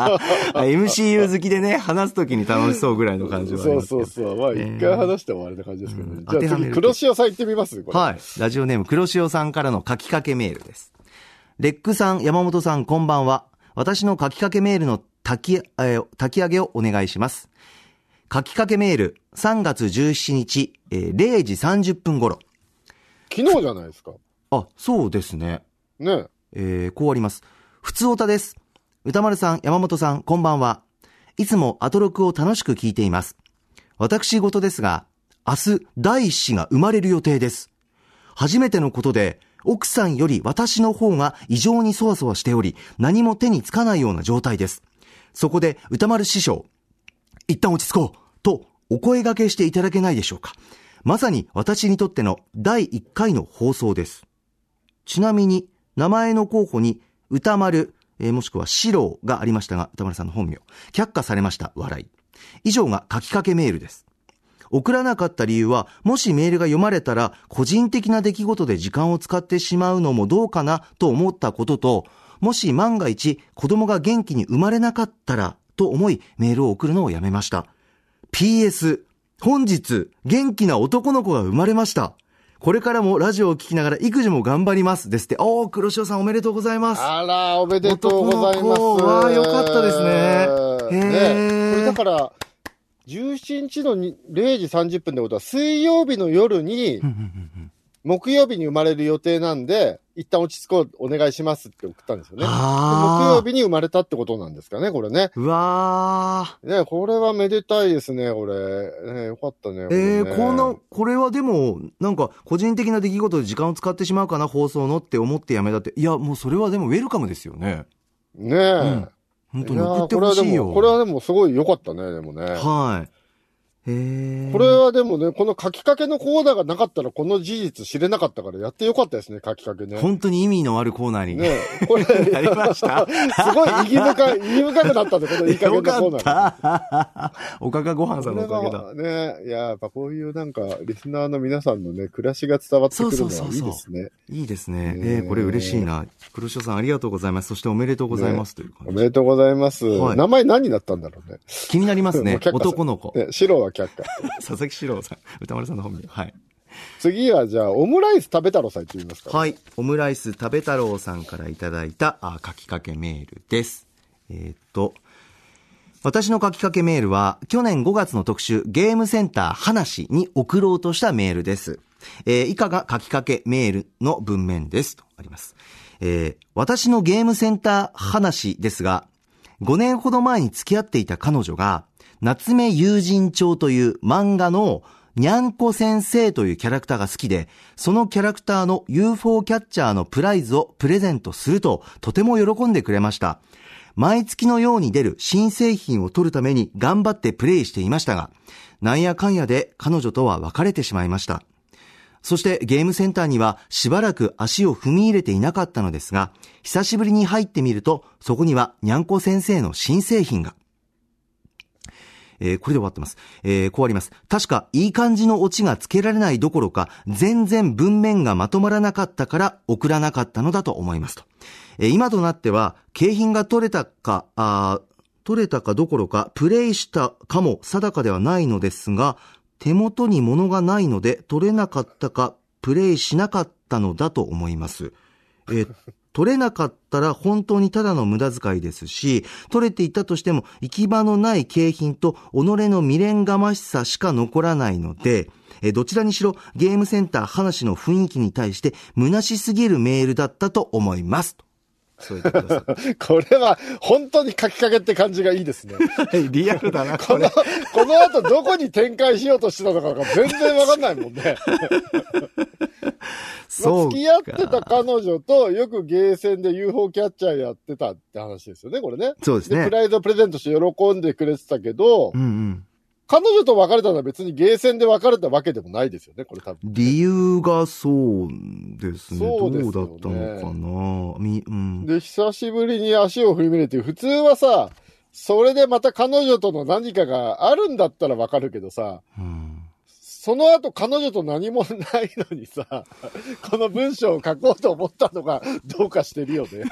B: MCU 好きでね、話すときに楽しそうぐらいの感じはありますけど。
C: そう。まあ一回話して終わりな感じですけどね。じゃあ次、黒潮さん行ってみますこれ。
B: はい。ラジオネーム黒潮さんからの書きかけメールです。レックさん、山本さん、こんばんは。私の書きかけメールの炊き上げをお願いします。書きかけメール、3月17日、0時30分頃。
C: 昨日じゃないですか。
B: あ、そうですね。
C: ね
B: こうあります。ふつおたです。歌丸さん、山本さん、こんばんは。いつもアトロクを楽しく聞いています。私事ですが、明日、第一子が生まれる予定です。初めてのことで、奥さんより私の方が異常にそわそわしており、何も手につかないような状態です。そこで、歌丸師匠、一旦落ち着こうとお声掛けしていただけないでしょうか。まさに私にとっての第1回の放送です。ちなみに名前の候補に歌丸、もしくは四郎がありましたが、歌丸さんの本名却下されました。笑い。以上が書きかけメールです。送らなかった理由は、もしメールが読まれたら個人的な出来事で時間を使ってしまうのもどうかなと思ったことと、もし万が一子供が元気に生まれなかったらと思いメールを送るのをやめました。PS、本日元気な男の子が生まれました。これからもラジオを聞きながら育児も頑張りますですって。黒潮さんおめでとうございます。
C: あら、おめでとうございます。
B: わあ、よかったですね。
C: ね、これだから 17日の0時30分ってことは、水曜日の夜に、木曜日に生まれる予定なんで、一旦落ち着こう、お願いしますって送ったんですよね。木曜日に生まれたってことなんですかね、これね。
B: うわ
C: ね、これはめでたいですね、これ。ね、よかったね。
B: これはでも、なんか、個人的な出来事で時間を使ってしまうかな、放送のって思ってやめたって。いや、もうそれはでもウェルカムですよね。
C: ねえ。
B: 本当に送ってほしいよ。
C: これはでもすごい良かったね、でもね。
B: はい。
C: これはでもね、この書きかけのコーナーがなかったらこの事実知れなかったからやってよかったですね、書きかけね。
B: 本当に意味のあるコーナーに。
C: ねこれ、
B: なりました。
C: すごい意義深くなったんで、このいい加減なコーナー。よ
B: かった。おかかごはんさんのおかげだ。
C: ねいや、やっぱこういうなんか、リスナーの皆さんのね、暮らしが伝わってくるのはいいですね。
B: いいですね。これ嬉しいな。黒潮さんありがとうございます。そしておめでとうございます、という感じ。
C: おめでとうございます。名前何になったんだろうね。
B: 気になりますね。男の子。
C: 白は却下。
B: 佐々木史郎さん、歌丸さんの本名。はい。
C: 次はじゃあ、オムライス食べ太郎さんって言いますか。
B: はい。オムライス食べ太郎さんからいただいた書きかけメールです。私の書きかけメールは、去年5月の特集、ゲームセンター話に送ろうとしたメールです。以下が書きかけメールの文面です。とあります。私のゲームセンター話ですが、5年ほど前に付き合っていた彼女が、夏目友人帳という漫画のにゃんこ先生というキャラクターが好きで、そのキャラクターの UFO キャッチャーのプライズをプレゼントするととても喜んでくれました。毎月のように出る新製品を取るために頑張ってプレイしていましたが、なんやかんやで彼女とは別れてしまいました。そしてゲームセンターにはしばらく足を踏み入れていなかったのですが、久しぶりに入ってみると、そこにはにゃんこ先生の新製品が。これで終わってます。こうあります。確かいい感じのオチがつけられないどころか、全然文面がまとまらなかったから送らなかったのだと思いますと。今となっては景品が取れたかどころかプレイしたかも定かではないのですが、手元に物がないので取れなかったかプレイしなかったのだと思います。取れなかったら本当にただの無駄遣いですし、取れていたとしても行き場のない景品と己の未練がましさしか残らないので、どちらにしろゲームセンター話の雰囲気に対して虚しすぎるメールだったと思います。そう言ってください。
C: これは本当に書きかけって感じがいいですね。
B: リアルだな、
C: この後どこに展開しようとしてたのかが全然わかんないもんね。付き合ってた彼女とよくゲーセンで UFO キャッチャーやってたって話ですよね、これね。
B: そうですね。
C: で、プライドプレゼントして喜んでくれてたけど、彼女と別れたのは別にゲーセンで別れたわけでもないですよね、これ多分。
B: 理由がそうですね。
C: そうですよね。
B: どうだったのかな。
C: で、久しぶりに足を踏み入れて、普通はさ、それでまた彼女との何かがあるんだったらわかるけどさ、その後彼女と何もないのにさ、この文章を書こうと思ったのがどうかしてるよね。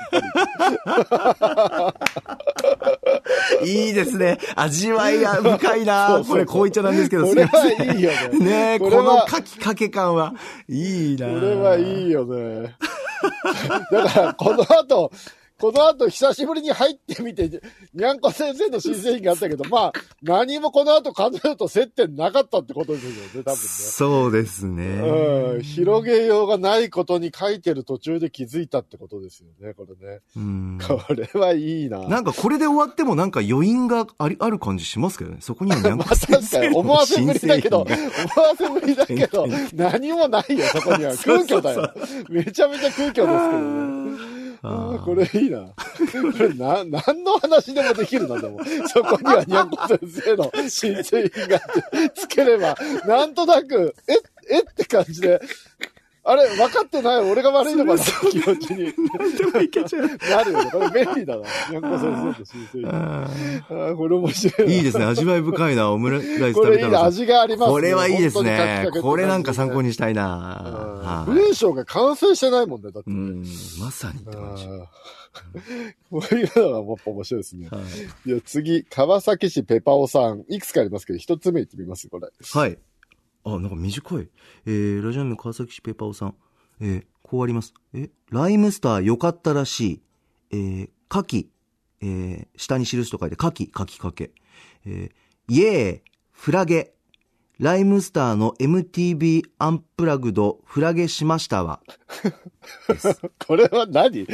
B: いいですね。味わいが深いな。これこう言っちゃなんですけど、
C: これはいいよね。
B: ねえ、この書きかけ感はいいな。
C: これはいいよね。だからこの後久しぶりに入ってみて、にゃんこ先生の新製品があったけど、まあ、何もこの後彼女と接点なかったってことですよね、多分ね。
B: そうですね。
C: 広げようがないことに書いてる途中で気づいたってことですよね、これね。これはいいな。
B: なんかこれで終わってもなんか余韻がある感じしますけどね。そこにはにゃんこ先生の
C: 思わせぶりだけど、何もないよ、そこには。空虚だよ。めちゃめちゃ空虚ですけどね。これいいな。これ何の話でもできるな、でも。そこにはにゃんこ先生の新製品がつければ、なんとなく、って感じで、あれ、分かってない俺が悪いのかなって気持ちに。なるよね。これ便利だな。にゃんこ先生の新製品。これ面白い。
B: いいですね。味わい深いな。オムライス食べたら。
C: これいいな。味がありますね。
B: これはいいですね。これなんか参考にしたいな。
C: 文章が完成してないもんね、だって。
B: まさにって感じ。
C: こういうのがもっと面白いですね。いや、次、川崎市ペパオさん。いくつかありますけど、一つ目いってみます、これ。
B: はい。なんか短い。ラジオネーム川崎市ペパオさん。こうあります。ライムスター良かったらしい。牡蠣。下に印と書いて、牡蠣かけ。イエーイ。 フラゲ。ライムスターの MTV アンプラグドフラゲしましたわ。
C: これは何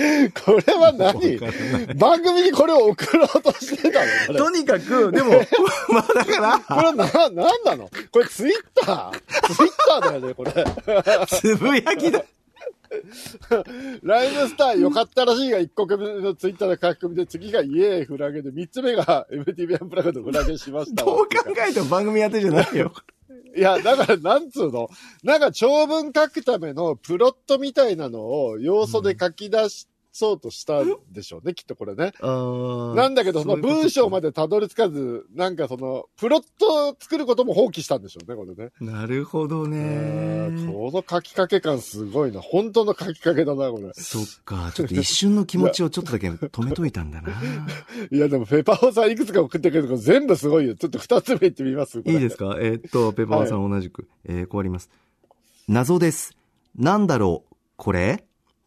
C: 番組にこれを送ろうとしてたのこれ。
B: とにかく、でも、まあだから。
C: これなんなのこれツイッターだよね、これ。
B: つぶやきだ。
C: ライムスター良かったらしいが1個目のツイッターの書き込みで、次がイエーイフラゲで、3つ目が MTV アンプラグドフラゲしましたわ。
B: どう考えても番組やってるじゃないよ。
C: いや、だからなんつうのなんか長文書くためのプロットみたいなのを要素で書き出そうとしたんでしょうね、きっとこれね。なんだけど、その文章までたどり着かず、なんかその、プロットを作ることも放棄したんでしょうね、これね。
B: なるほどね。
C: この書きかけ感すごいな。本当の書きかけだな、これ。
B: そっか。ちょっと一瞬の気持ちをちょっとだけ止めといたんだな。
C: いや、でもペパオさんいくつか送ってくれるけど、全部すごいよ。ちょっと2つ目言ってみます。
B: いいですか？ペパオさん同じく。こうあります。謎です。なんだろう、これ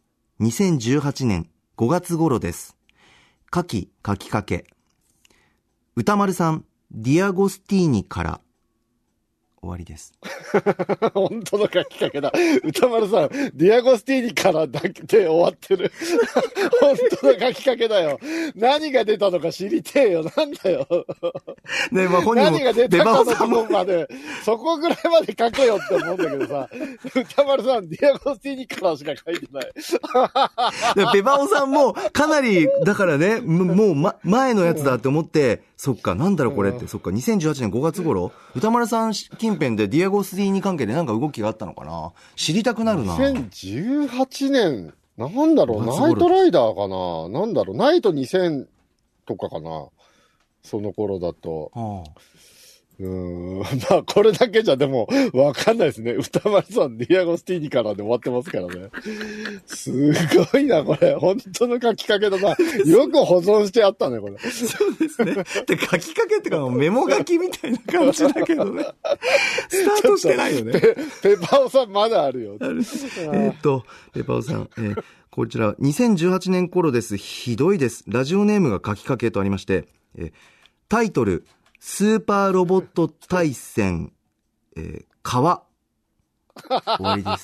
B: ?2018 年5月頃です。書きかけ。歌丸さん、ディアゴスティーニから終わりです。
C: 本当の書きかけだ。歌丸さん、ディアゴスティーニからだけで終わってる。本当の書きかけだよ。何が出たのか知りてえよ。なんだよ。
B: ね、まあ本人も
C: 何が出たかのところまで、そこぐらいまで書けよって思うんだけどさ、歌丸さん、ディアゴスティーニからしか書いてない。
B: ペパオさんもかなり、だからね、もう、前のやつだって思って、そっか、なんだろうこれって、そっか、2018年5月頃、歌丸さん近辺でディアゴスティーニ関係でなんか動きがあったのかな？知りたくなるな。
C: 2018年、なんだろう、ナイトライダーかな？なんだろう、ナイト2000とかかな？その頃だと。まあ、これだけじゃでも、わかんないですね。歌丸さん、ディアゴスティーニからで終わってますからね。すごいな、これ。本当の書きかけだな。よく保存してあったね、これ。
B: そうですね。で、書きかけってか、メモ書きみたいな感じだけどね。スタートしてないよね。
C: ペパオさんまだあるよ。
B: ペパオさん、こちら、2018年頃です。ひどいです。ラジオネームが書きかけとありまして、タイトル、スーパーロボット対戦、川。終わりです。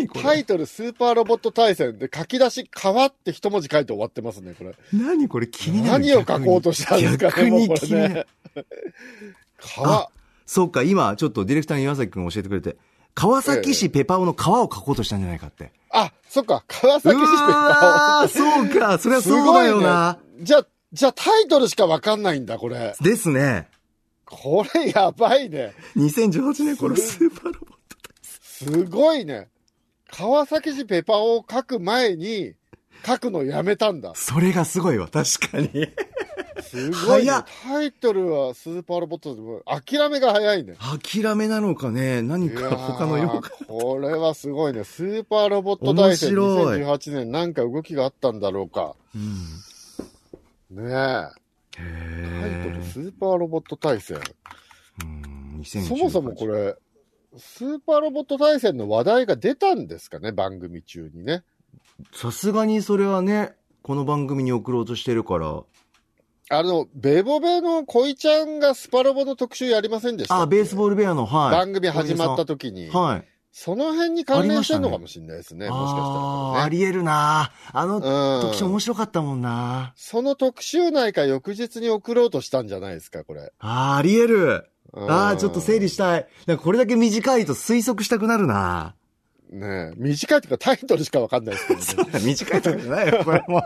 C: タイトル、スーパーロボット対戦で書き出し、川って一文字書いて終わってますね、これ。
B: 何これ気になる。
C: 何を書こうとしたんですかね、もうこれね。川。
B: そうか、今、ちょっとディレクターの岩崎くん教えてくれて、川崎市ペパオの川を書こうとしたんじゃないかって。
C: そっか、川崎市ペパ
B: オ。そうか、それはそうだよな。
C: じゃあタイトルしかわかんないんだ、これ。
B: ですね。
C: これやばいね。
B: 2018年頃スーパーロボット対
C: 戦。すごいね。川崎市ペパオを書く前に、書くのやめたんだ。
B: それがすごいわ、確かに。
C: すごいね。タイトルはスーパーロボットで、諦めが早いね。
B: 諦めなのかね、何か他の用
C: 途。これはすごいね。スーパーロボット対戦2018年なんか動きがあったんだろうか。ねえ。タイトル、スーパーロボット対戦。そもそもこれ、スーパーロボット対戦の話題が出たんですかね、番組中にね。
B: さすがにそれはね、この番組に送ろうとしてるから。
C: ベボベの恋ちゃんがスパロボの特集やりませんでした？
B: ベースボールベアの、はい。
C: 番組始まった時に。はい。その辺に関連してるのかもしれないですね。もしかしたら、
B: ありえるな。特集面白かったもんな。
C: その特集内か翌日に送ろうとしたんじゃないですか、これ。
B: ありえる。ちょっと整理したい。これだけ短いと推測したくなるな。
C: ねえ、短いというかタイトルしかわかんないですけどね。
B: そうだ、短いとかじゃないよ、これも。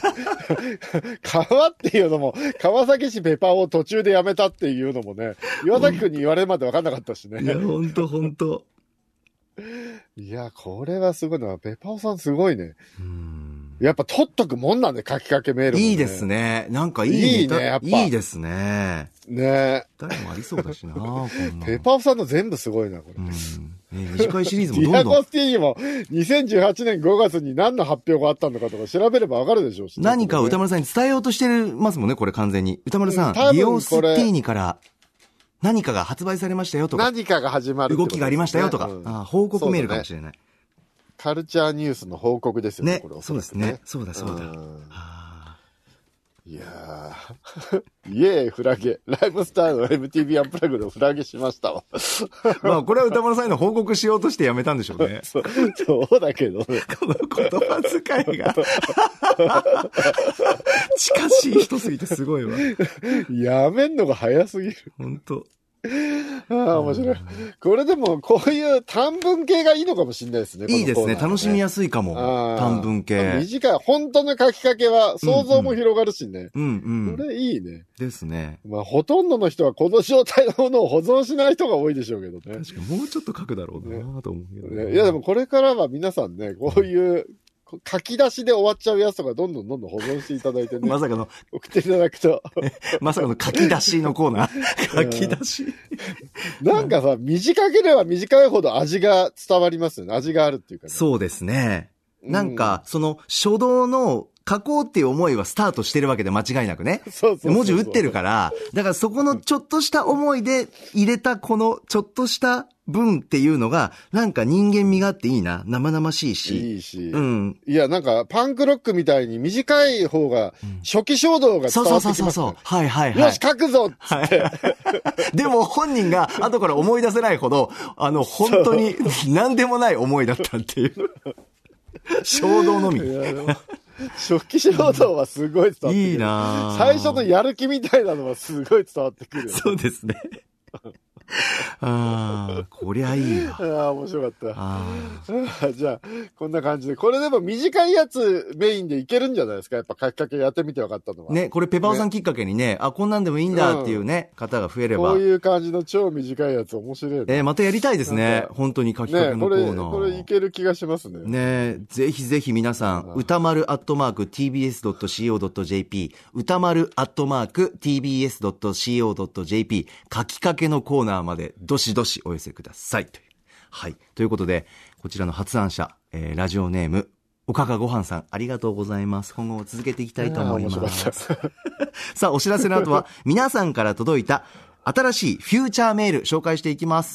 C: 川っていうのも、川崎市ペパを途中でやめたっていうのもね、岩崎くんに言われるまでわかんなかったしね。
B: いや、ほんと。
C: いや、これはすごいな。ペパオさんすごいね。やっぱ取っとくもんなんで、書きかけメールも、ね。
B: いいですね。なんかいいね、やっぱ。いいですね。
C: ね
B: 誰もありそうだしな。
C: ペパオさんの全部すごいな、これ。
B: 短いシリーズもどんどん。
C: ディアゴスティーニも2018年5月に何の発表があったのかとか調べればわかるでしょうし、ね。
B: 何か歌丸さんに伝えようとしてますもんね、これ完全に。歌丸さん、ディオスティーニから何かが発売されましたよとか。
C: 何かが始まる、
B: 動きがありましたよとか。報告メールかもしれない。
C: カルチャーニュースの報告ですよね、
B: これ。そうですね。そうだ。
C: いやー、イエーイフラゲ。ライブスターの MTV アンプラグでフラゲしましたわ。
B: まあ、これは歌丸さんへの報告しようとしてやめたんでしょうね。
C: そうだけどね。
B: この言葉遣いが。近しい人すぎてすごいわ。
C: やめんのが早すぎる。
B: 本当。
C: ああ、面白い。これでも、こういう短文系がいいのかもしれないですね。
B: いいですね。楽しみやすいかも。短文系。
C: 短い。本当の書きかけは想像も広がるしね。これいいね。
B: ですね。
C: まあ、ほとんどの人はこの状態のものを保存しない人が多いでしょうけどね。
B: 確かにもうちょっと書くだろうなと思うけどね。
C: いや、でもこれからは皆さんね、こういう書き出しで終わっちゃうやつとかどんどん保存していただいてね。
B: まさかの。
C: 送っていただくと。
B: まさかの書き出しのコーナー。書き出し。
C: なんかさ、短ければ短いほど味が伝わりますよね。味があるっていうかね。
B: そうですね。なんか、その初動の書こうっていう思いはスタートしてるわけで間違いなくね。
C: そう
B: 文字打ってるから、だからそこのちょっとした思いで入れたこのちょっとした文っていうのが、なんか人間味があっていいな。生々しいし。
C: いいし。いや、なんか、パンクロックみたいに短い方が、初期衝動が伝わってきます、ね。そう。
B: はいはいはい。
C: よし、書くぞっつって。はい、
B: でも本人が後から思い出せないほど、本当に何でもない思いだったっていう。衝動のみ。
C: 初期衝動はすごい伝わってくる。
B: いいな
C: 最初のやる気みたいなのはすごい伝わってくる、ね。
B: そうですね。こりゃいいわ。
C: 面白かった。じゃあ、こんな感じで。これでも短いやつメインでいけるんじゃないですか？やっぱ書きかけやってみて分かったのは。
B: ね、これペパオさんきっかけにね、こんなんでもいいんだっていうね、方が増えれば。
C: こういう感じの超短いやつ面白いね。
B: またやりたいですね。本当に書きかけのコーナー。
C: これいける気がしますね。
B: ね、ぜひぜひ皆さん、歌丸@tbs.co.jp、歌丸@tbs.co.jp、書きかけのコーナーまでどしどしお寄せくださいという。はい。ということで、こちらの発案者、ラジオネーム、おかかごはんさん、ありがとうございます。今後も続けていきたいと思います。さあ、お知らせの後は、皆さんから届いた新しいフューチャーメール紹介していきます。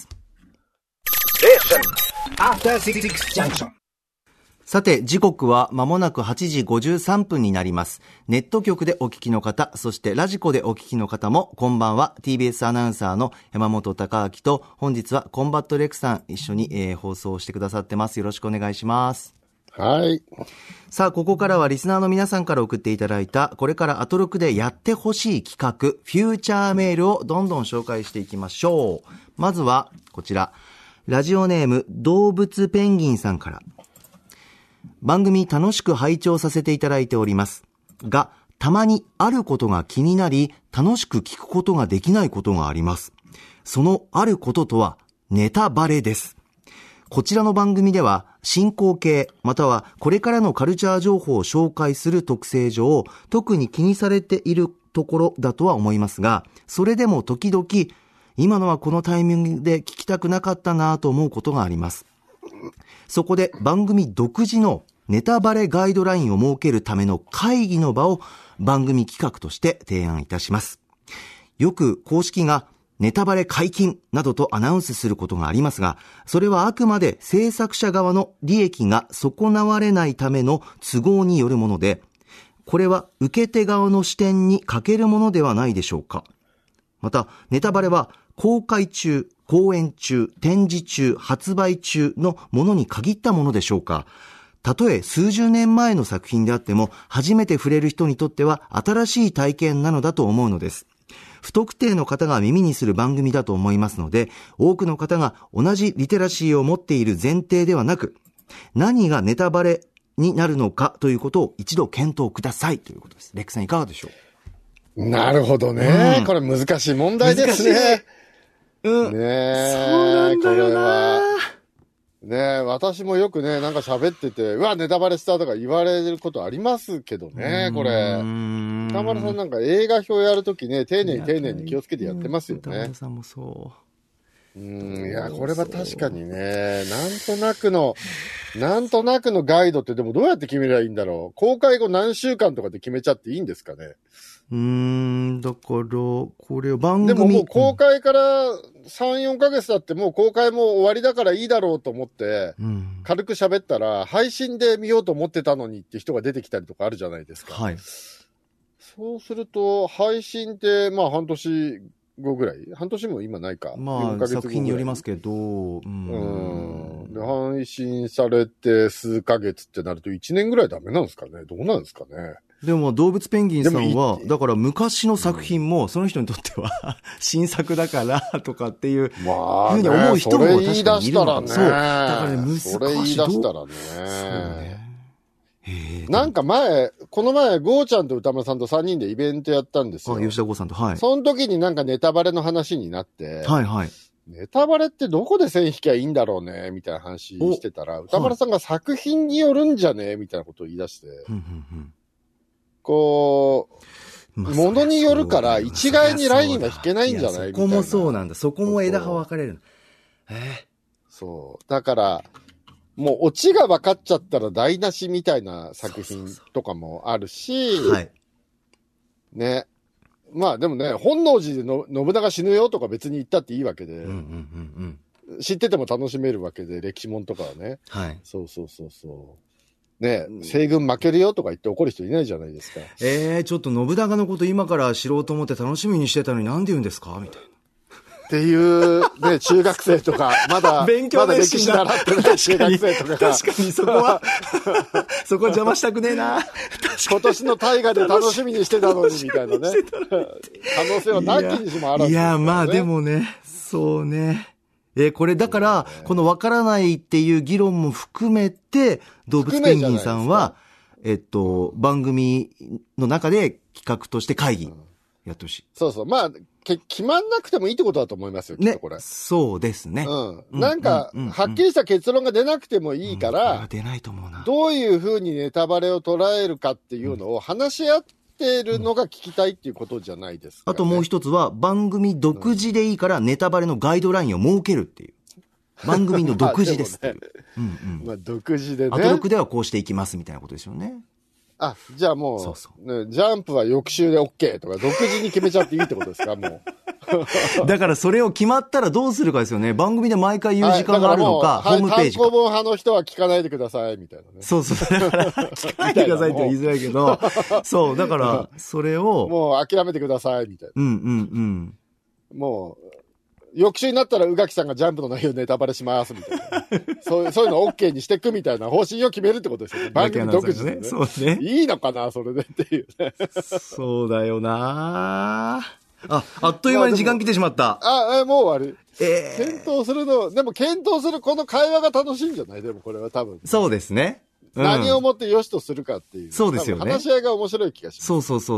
B: さて、時刻は間もなく8時53分になります。ネット局でお聞きの方、そしてラジコでお聞きの方も、こんばんは。TBS アナウンサーの山本貴明と、本日はコンバットレックさん一緒に、放送してくださってます。よろしくお願いします。
C: はい。
B: さあ、ここからはリスナーの皆さんから送っていただいた、これからアトロクでやってほしい企画、フューチャーメールをどんどん紹介していきましょう。まずは、こちら。ラジオネーム、動物ペンギンさんから。番組楽しく拝聴させていただいておりますが、たまにあることが気になり、楽しく聞くことができないことがあります。そのあることとは、ネタバレです。こちらの番組では、進行形、またはこれからのカルチャー情報を紹介する特性上、特に気にされているところだとは思いますが、それでも時々、今のはこのタイミングで聞きたくなかったなと思うことがあります。そこで番組独自のネタバレガイドラインを設けるための会議の場を番組企画として提案いたします。よく公式がネタバレ解禁などとアナウンスすることがありますが、それはあくまで制作者側の利益が損なわれないための都合によるもので、これは受け手側の視点に欠けるものではないでしょうか。また、ネタバレは公開中、公演中、展示中、発売中のものに限ったものでしょうか。たとえ数十年前の作品であっても、初めて触れる人にとっては新しい体験なのだと思うのです。不特定の方が耳にする番組だと思いますので、多くの方が同じリテラシーを持っている前提ではなく、何がネタバレになるのかということを一度検討くださいということです。レックさんいかがでしょう？
C: なるほどね。これ難しい問題ですね。ねえ。
B: そうなんだよな。
C: ねえ、私もよくね、なんか喋ってて、うわ、ネタバレしたとか言われることありますけどね、これ。歌丸さんなんか映画表やるときね、丁寧に気をつけてやってますよね。
B: 歌丸さんもそう。
C: いや、これは確かにね、なんとなくのガイドってでもどうやって決めればいいんだろう。公開後何週間とかで決めちゃっていいんですかね。
B: だから、これ番組
C: でももう公開から3、4ヶ月経ってもう公開も終わりだからいいだろうと思って、軽く喋ったら、配信で見ようと思ってたのにって人が出てきたりとかあるじゃないですか。
B: はい。
C: そうすると、配信って、まあ半年後ぐらい、半年も今ないか。
B: まあ、作品によりますけど、
C: で、配信されて数ヶ月ってなると1年ぐらいダメなんですかね。どうなんですかね。
B: でも、動物ペンギンさんは、だから昔の作品も、その人にとっては、新作だからとかっていう、
C: まあ、
B: ふうに思う人も確かにいるのかも。
C: それ言い出したらね。
B: そう。だからね、難しい。
C: それ言い出したらね。
B: そうね。
C: なんかこの前、ゴーちゃんと歌丸さんと3人でイベントやったんですよ。
B: 吉田剛さんと、はい。
C: その時になんかネタバレの話になって、
B: はいはい。
C: ネタバレってどこで線引きゃいいんだろうね、みたいな話してたら、歌丸さんが作品によるんじゃねみたいなことを言い出して、こう、ものによるから一概にラインは引けないんじゃないみたいな。
B: そこもそうなんだ。そこも枝葉分かれる。
C: そう。だから、もうオチが分かっちゃったら台無しみたいな作品とかもあるし、
B: はい。
C: ね。まあでもね、本能寺で信長死ぬよとか別に言ったっていいわけで、知ってても楽しめるわけで、歴史もんとかはね。
B: はい。
C: そう。ね、西軍負けるよとか言って怒る人いないじゃないですか。
B: ちょっと信長のこと今から知ろうと思って楽しみにしてたのになんで言うんですかみたいな。
C: っていう、ね、中学生とか、まだ歴史習ってない中学生とかが。
B: 確かにそこは、そこは邪魔したくねえな。
C: 今年の大河で楽しみにしてたのに、みたいなね。可能性はなきにしもあらず、ね。
B: いや、まあでもね、そうね。これだから、このわからないっていう議論も含めて、動物ペンギンさんは、番組の中で企画として会議やってほしい。
C: そう。まあ、決まんなくてもいいってことだと思いますよ、きっとこれ。
B: そうですね。
C: なんか、はっきりした結論が出なくてもいいから、
B: 出ないと思うな。
C: どういうふうにネタバレを捉えるかっていうのを話し合ってるのが聞きたいっていうことじゃないですか、ね。
B: あともう一つは、番組独自でいいからネタバレのガイドラインを設けるっていう。番組の独自ですっていう。
C: まあ、独自でね。
B: アトロクではこうしていきますみたいなことですよね。
C: じゃあもう、ね、ジャンプは翌週で OK とか、独自に決めちゃっていいってことですか、も
B: う。だからそれを決まったらどうするかですよね。番組で毎回言う時間があるのか、ホームページか。
C: 単行本派の人は聞かないでください、みたいなね。
B: そう。だから、聞かないでくださいって言いづらいけど、そう、だから、それを。
C: もう諦めてください、みたいな。もう、翌週になったら宇垣さんがジャンプの内容ネタバレします、みたいな。そういうのを OK にしていくみたいな方針を決めるってことですよね。番組独自でね。
B: そうね。
C: いいのかな、それでっていうね。
B: そうだよなあっという間に時間来てしまった。
C: もう終わり。検討するこの会話が楽しいんじゃない？でもこれは多分。
B: そうですね。
C: 何をもって良しとするかっていう。
B: そうですよね。
C: 話し合いが面白い気がします。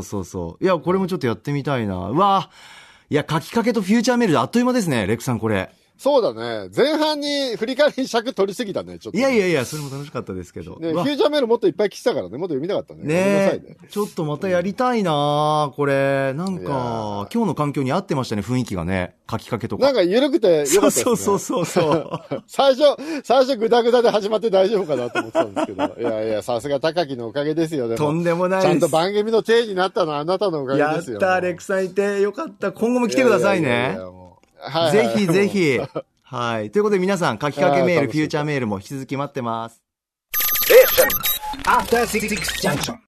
B: そう。いや、これもちょっとやってみたいな。うわいや、書きかけとフューチャーメールであっという間ですね、レックさんこれ。
C: そうだね。前半に振り返りに尺取りすぎたね、ちょっと、ね。
B: いや、それも楽しかったですけど。
C: ね、フューチャーメールもっといっぱい来てたからね、もっと読みたかったね。
B: ねちょっとまたやりたいなこれ。なんか、今日の環境に合ってましたね、雰囲気がね。書きかけとか。
C: なんか緩くてよかったですね。
B: そう。
C: 最初グダグダで始まって大丈夫かなと思ってたんですけど。いや、さすが高木のおかげですよ。でも
B: とんでもないです。
C: ちゃんと番組の体になったのはあなたのおかげですよ。
B: やった、レックさんいてよかった。今後も来てくださいね。ぜひ。はい。ということで皆さん、書きかけメール、フューチャーメールも引き続き待ってます。